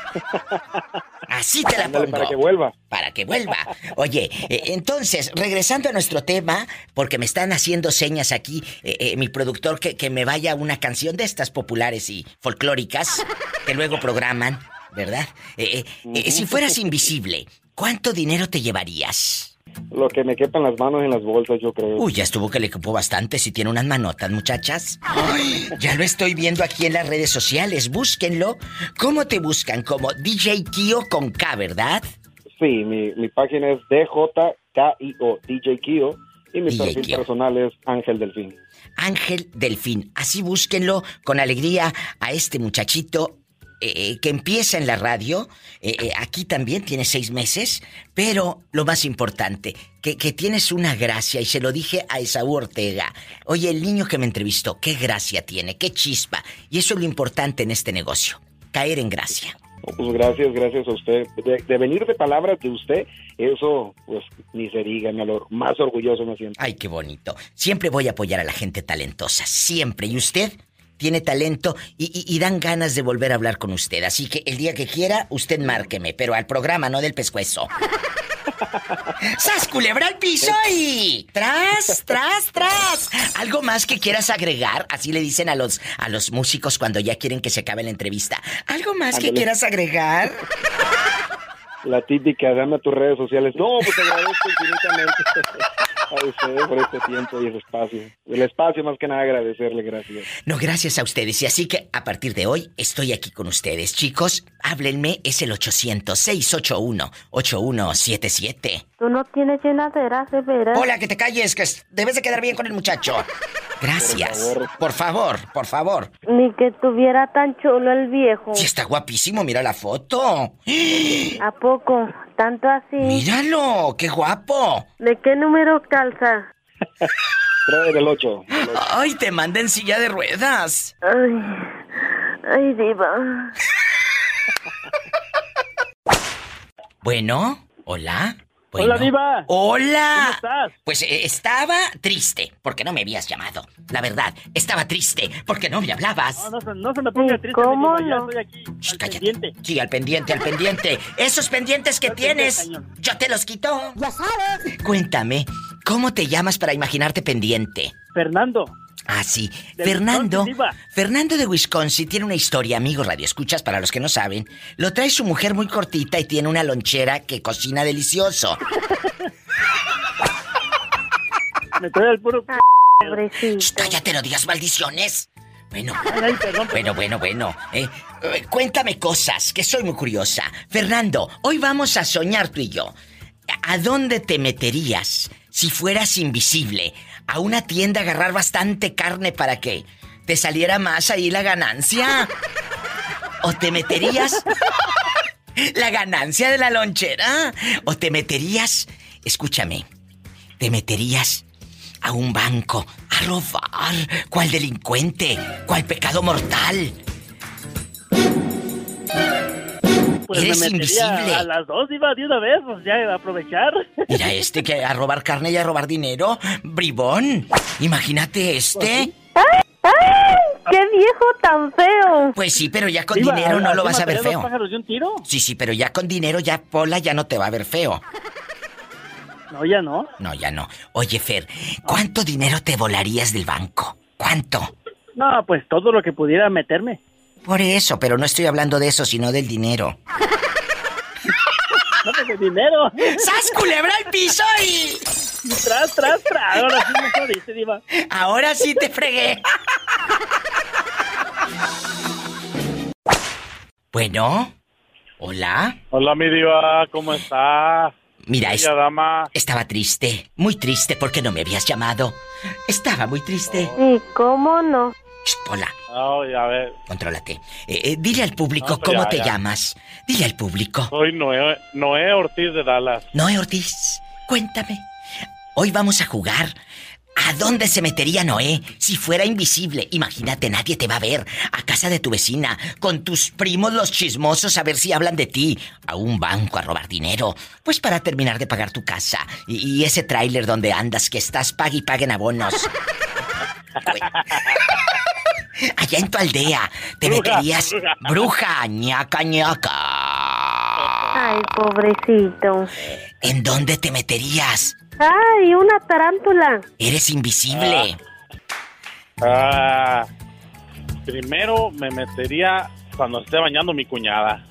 Así te la Ándale, pongo. para que vuelva. Para que vuelva. Oye, eh, entonces, regresando a nuestro tema, porque me están haciendo señas aquí, eh, eh, mi productor, que, que me vaya una canción de estas populares y folclóricas, que luego programan, ¿verdad? Eh, eh, eh, si fueras invisible, ¿cuánto dinero te llevarías? Lo que me quepa en las manos y en las bolsas, yo creo. Uy, ya estuvo que le ocupó bastante. Si tiene unas manotas, muchachas. Ay, ya lo estoy viendo aquí en las redes sociales. Búsquenlo. ¿Cómo te buscan? Como D J Kio con K, ¿verdad? Sí, mi, mi página es D J K I O, D J Kio, y mi D J perfil Kio. personal es Ángel Delfín. Ángel Delfín. Así búsquenlo con alegría a este muchachito eh, que empieza en la radio. Eh, eh, aquí también tiene seis meses. Pero lo más importante, que, que tienes una gracia. Y se lo dije a Esaú Ortega. Oye, el niño que me entrevistó, qué gracia tiene, qué chispa. Y eso es lo importante en este negocio. Caer en gracia. Oh, pues gracias, gracias a usted. De, de venir de palabras de usted, eso, pues, ni se diga, mi amor. Más orgulloso me siento. Ay, qué bonito. Siempre voy a apoyar a la gente talentosa, siempre. Y usted tiene talento y, y, y dan ganas de volver a hablar con usted. Así que el día que quiera, usted márqueme, pero al programa, no del pescuezo. ¡Sas, culebra al piso y tras, tras, tras! ¿Algo más que quieras agregar? Así le dicen a los a los músicos cuando ya quieren que se acabe la entrevista. ¿Algo más Ándale. que quieras agregar? La típica, dame tus redes sociales. No, pues te agradezco infinitamente a ustedes por este tiempo y ese espacio. El espacio, más que nada, agradecerle, gracias. No, gracias a ustedes. Y así que, a partir de hoy, estoy aquí con ustedes. Chicos, háblenme, es el ochocientos, seiscientos ochenta y uno, ochenta y uno setenta y siete. Tú no tienes llenadera, de veras. Hola, que te calles, que debes de quedar bien con el muchacho. Gracias. Por favor, por favor. Por favor. Ni que tuviera tan chulo el viejo. Sí, está guapísimo, mira la foto. ¿A poco? ¿Tanto así? Míralo, qué guapo. ¿De qué número calza? Trae del ocho. Ay, te manda en silla de ruedas. Ay, ay, diva. Bueno, hola. Bueno. Hola, diva. Hola. ¿Cómo estás? Pues eh, estaba triste porque no me habías llamado. La verdad, estaba triste porque no me hablabas. No, no, se, no se me ponga triste, ¿Cómo diva, no? ya estoy aquí. Shh, al cállate. pendiente. Sí, al pendiente, al pendiente. Esos pendientes que tienes, yo te los quito. Ya sabes. Cuéntame, ¿cómo te llamas para imaginarte pendiente? Fernando. Ah, sí. De Fernando. Wisconsin, diva. Fernando de Wisconsin tiene una historia, amigos radioescuchas, para los que no saben. Lo trae su mujer muy cortita y tiene una lonchera que cocina delicioso. Me trae el puro... Pobrecito. Shh, cállate, no digas maldiciones. Bueno, Ay, perdón, bueno, bueno, bueno. Eh, eh, cuéntame cosas, que soy muy curiosa. Fernando, hoy vamos a soñar tú y yo. ¿A dónde te meterías si fueras invisible? ¿A una tienda a agarrar bastante carne para que te saliera más ahí la ganancia? ¿O te meterías la ganancia de la lonchera? ¿O te meterías, escúchame, te meterías a un banco a robar? ¿Cuál delincuente? ¿Cuál pecado mortal? Pues Eres me metería invisible. a las dos, iba de una vez, pues ya iba a aprovechar. Mira este que a robar carne y a robar dinero, bribón. Imagínate este. ¡Ay, ay! ¡Qué viejo tan feo! Pues sí, pero ya con Diva, dinero no lo ¿así vas a ver mataría feo. dos pájaros de un tiro? Sí, sí, pero ya con dinero ya Pola ya no te va a ver feo. No, ya no. No, ya no. Oye, Fer, ¿cuánto dinero te volarías del banco? ¿Cuánto? No, pues todo lo que pudiera meterme. Por eso, pero no estoy hablando de eso, sino del dinero. No, pues el dinero. ¡Sas, culebra al piso y... Tras, tras, tras. Ahora sí me jodiste, diva. Ahora sí te fregué. Bueno, hola. Hola, mi diva, ¿cómo está? Mira, es... dama. estaba triste, muy triste porque no me habías llamado. Estaba muy triste. ¿Y cómo no? Shh, Pola, Ay, a ver, contrólate. Eh, eh, dile al público No, pero cómo ya, te ya. llamas. Dile al público. soy Noé, Noé Ortiz de Dallas. Noé Ortiz, cuéntame. Hoy vamos a jugar. ¿A dónde se metería Noé si fuera invisible? Imagínate, nadie te va a ver. A casa de tu vecina, con tus primos los chismosos a ver si hablan de ti. A un banco a robar dinero. Pues para terminar de pagar tu casa. Y, y ese tráiler donde andas que estás pague y paguen abonos. Allá en tu aldea te Bruja, meterías... bruja. Bruja, ñaca, ñaca. Ay, pobrecito. ¿En dónde te meterías? Ay, una tarántula. Eres invisible. Ah, primero me metería cuando esté bañando mi cuñada.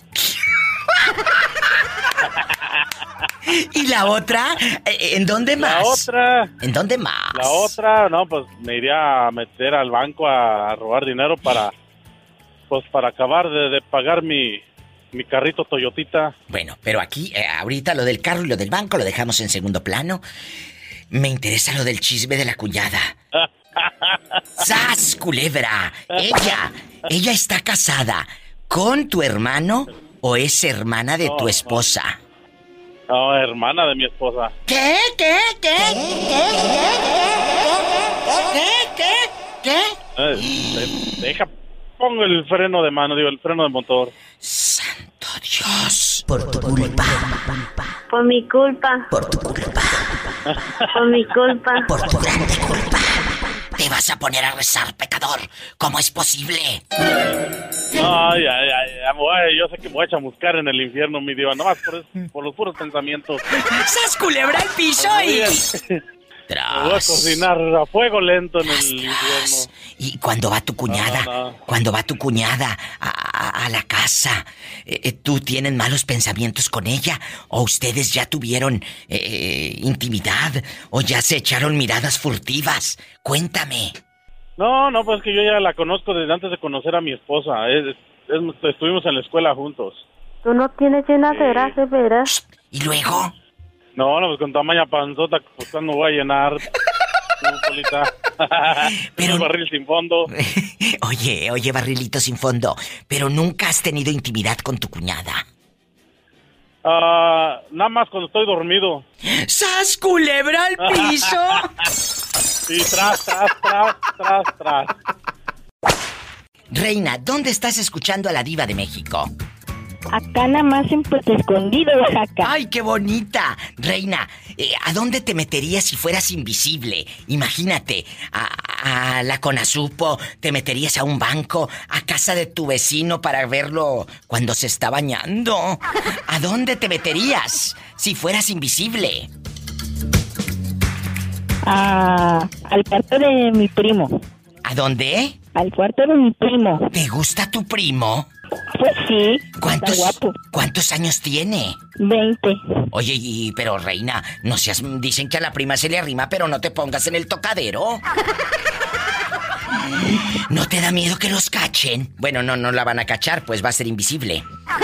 ¿Y la otra? Eh, ¿En dónde más? La otra, ¿En dónde más? la otra, no, pues me iría a meter al banco a, a robar dinero para, pues para acabar de, de pagar mi, mi carrito Toyotita. Bueno, pero aquí, eh, ahorita lo del carro y lo del banco lo dejamos en segundo plano. Me interesa lo del chisme de la cuñada. ¡Sas, culebra! Ella, ella está casada con tu hermano o es hermana de No, tu no. esposa. No, hermana de mi esposa. ¿Qué? ¿Qué? ¿Qué? ¿Qué? ¿Qué? ¿Qué? ¿Qué? Eh, de- deja, pongo el freno de mano, digo, el freno de motor. Santo Dios, por tu culpa. Por mi culpa. Por tu culpa. Por mi culpa. Por tu grande culpa. Te vas a poner a rezar, pecador. ¿Cómo es posible? Ay, ay, ay, ay, yo sé que me voy a chamuscar en el infierno, mi diva, nomás por, por los puros pensamientos. ¡Sas culebra al piso y... Me voy a cocinar a fuego lento en el infierno. Y cuando va tu cuñada, no, no, no. cuando va tu cuñada a, a, a la casa, eh, ¿tú tienes malos pensamientos con ella? ¿O ustedes ya tuvieron eh, intimidad? ¿O ya se echaron miradas furtivas? Cuéntame. No, no, pues que yo ya la conozco desde antes de conocer a mi esposa. Es, es, estuvimos en la escuela juntos. ¿Tú no tienes llenadera, de veras? ¿Y luego? No, no, pues con tamaña panzota, pues cuando voy a llenar. Pero un barril sin fondo. Oye, oye, barrilito sin fondo. Pero nunca has tenido intimidad con tu cuñada. Ah, uh, nada más cuando estoy dormido. ¡Sas culebra al piso! Sí, tras, tras, tras, tras, tras. Reina, ¿dónde estás escuchando a la Diva de México? Acá nada más en Puerto Escondido, Oaxaca. ¡Ay, qué bonita! Reina, eh, ¿a dónde te meterías si fueras invisible? Imagínate, a, a la Conasupo, te meterías a un banco, a casa de tu vecino para verlo cuando se está bañando. ¿A dónde te meterías si fueras invisible? Ah, al cuarto de mi primo. ¿A dónde? Al cuarto de mi primo. ¿Te gusta tu primo? Pues sí. ¿Cuántos, está guapo. ¿Cuántos años tiene? Veinte. Oye, y, pero reina, no seas... Dicen que a la prima se le arrima, pero no te pongas en el tocadero. ¿No te da miedo que los cachen? Bueno, no, no la van a cachar, pues va a ser invisible.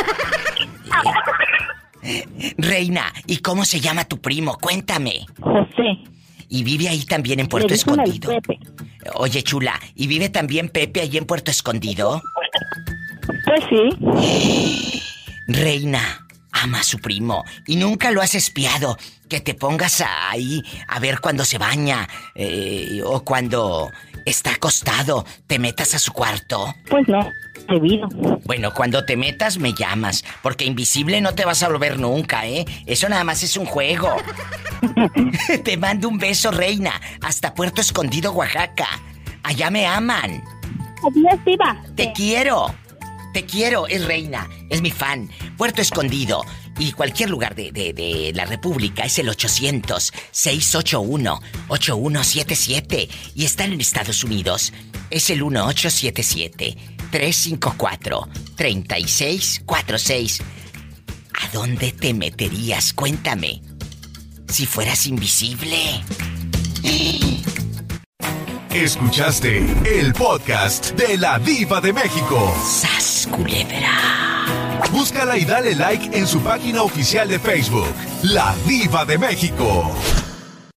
Reina, ¿y cómo se llama tu primo? Cuéntame. José. ¿Y vive ahí también en Puerto Escondido? Oye, chula, ¿y vive también Pepe ahí en Puerto Escondido? Pues sí. Reina, ama a su primo y nunca lo has espiado. Que te pongas ahí a ver cuando se baña eh, o cuando está acostado, te metas a su cuarto. Pues no, debido. Bueno, cuando te metas me llamas, porque invisible no te vas a volver nunca, ¿eh? Eso nada más es un juego. Te mando un beso, reina, hasta Puerto Escondido, Oaxaca. Allá me aman. Adiós, diva. Te quiero. Te quiero, es reina, es mi fan. Puerto Escondido y cualquier lugar de, de, de la República es el ochocientos, seiscientos ochenta y uno, ochenta y uno setenta y siete. Y están en Estados Unidos, es el uno ocho siete siete, tres cinco cuatro, tres seis cuatro seis. ¿A dónde te meterías? Cuéntame. Si fueras invisible. Escuchaste el podcast de La Diva de México. ¡Sas culebra! Búscala y dale like en su página oficial de Facebook, La Diva de México.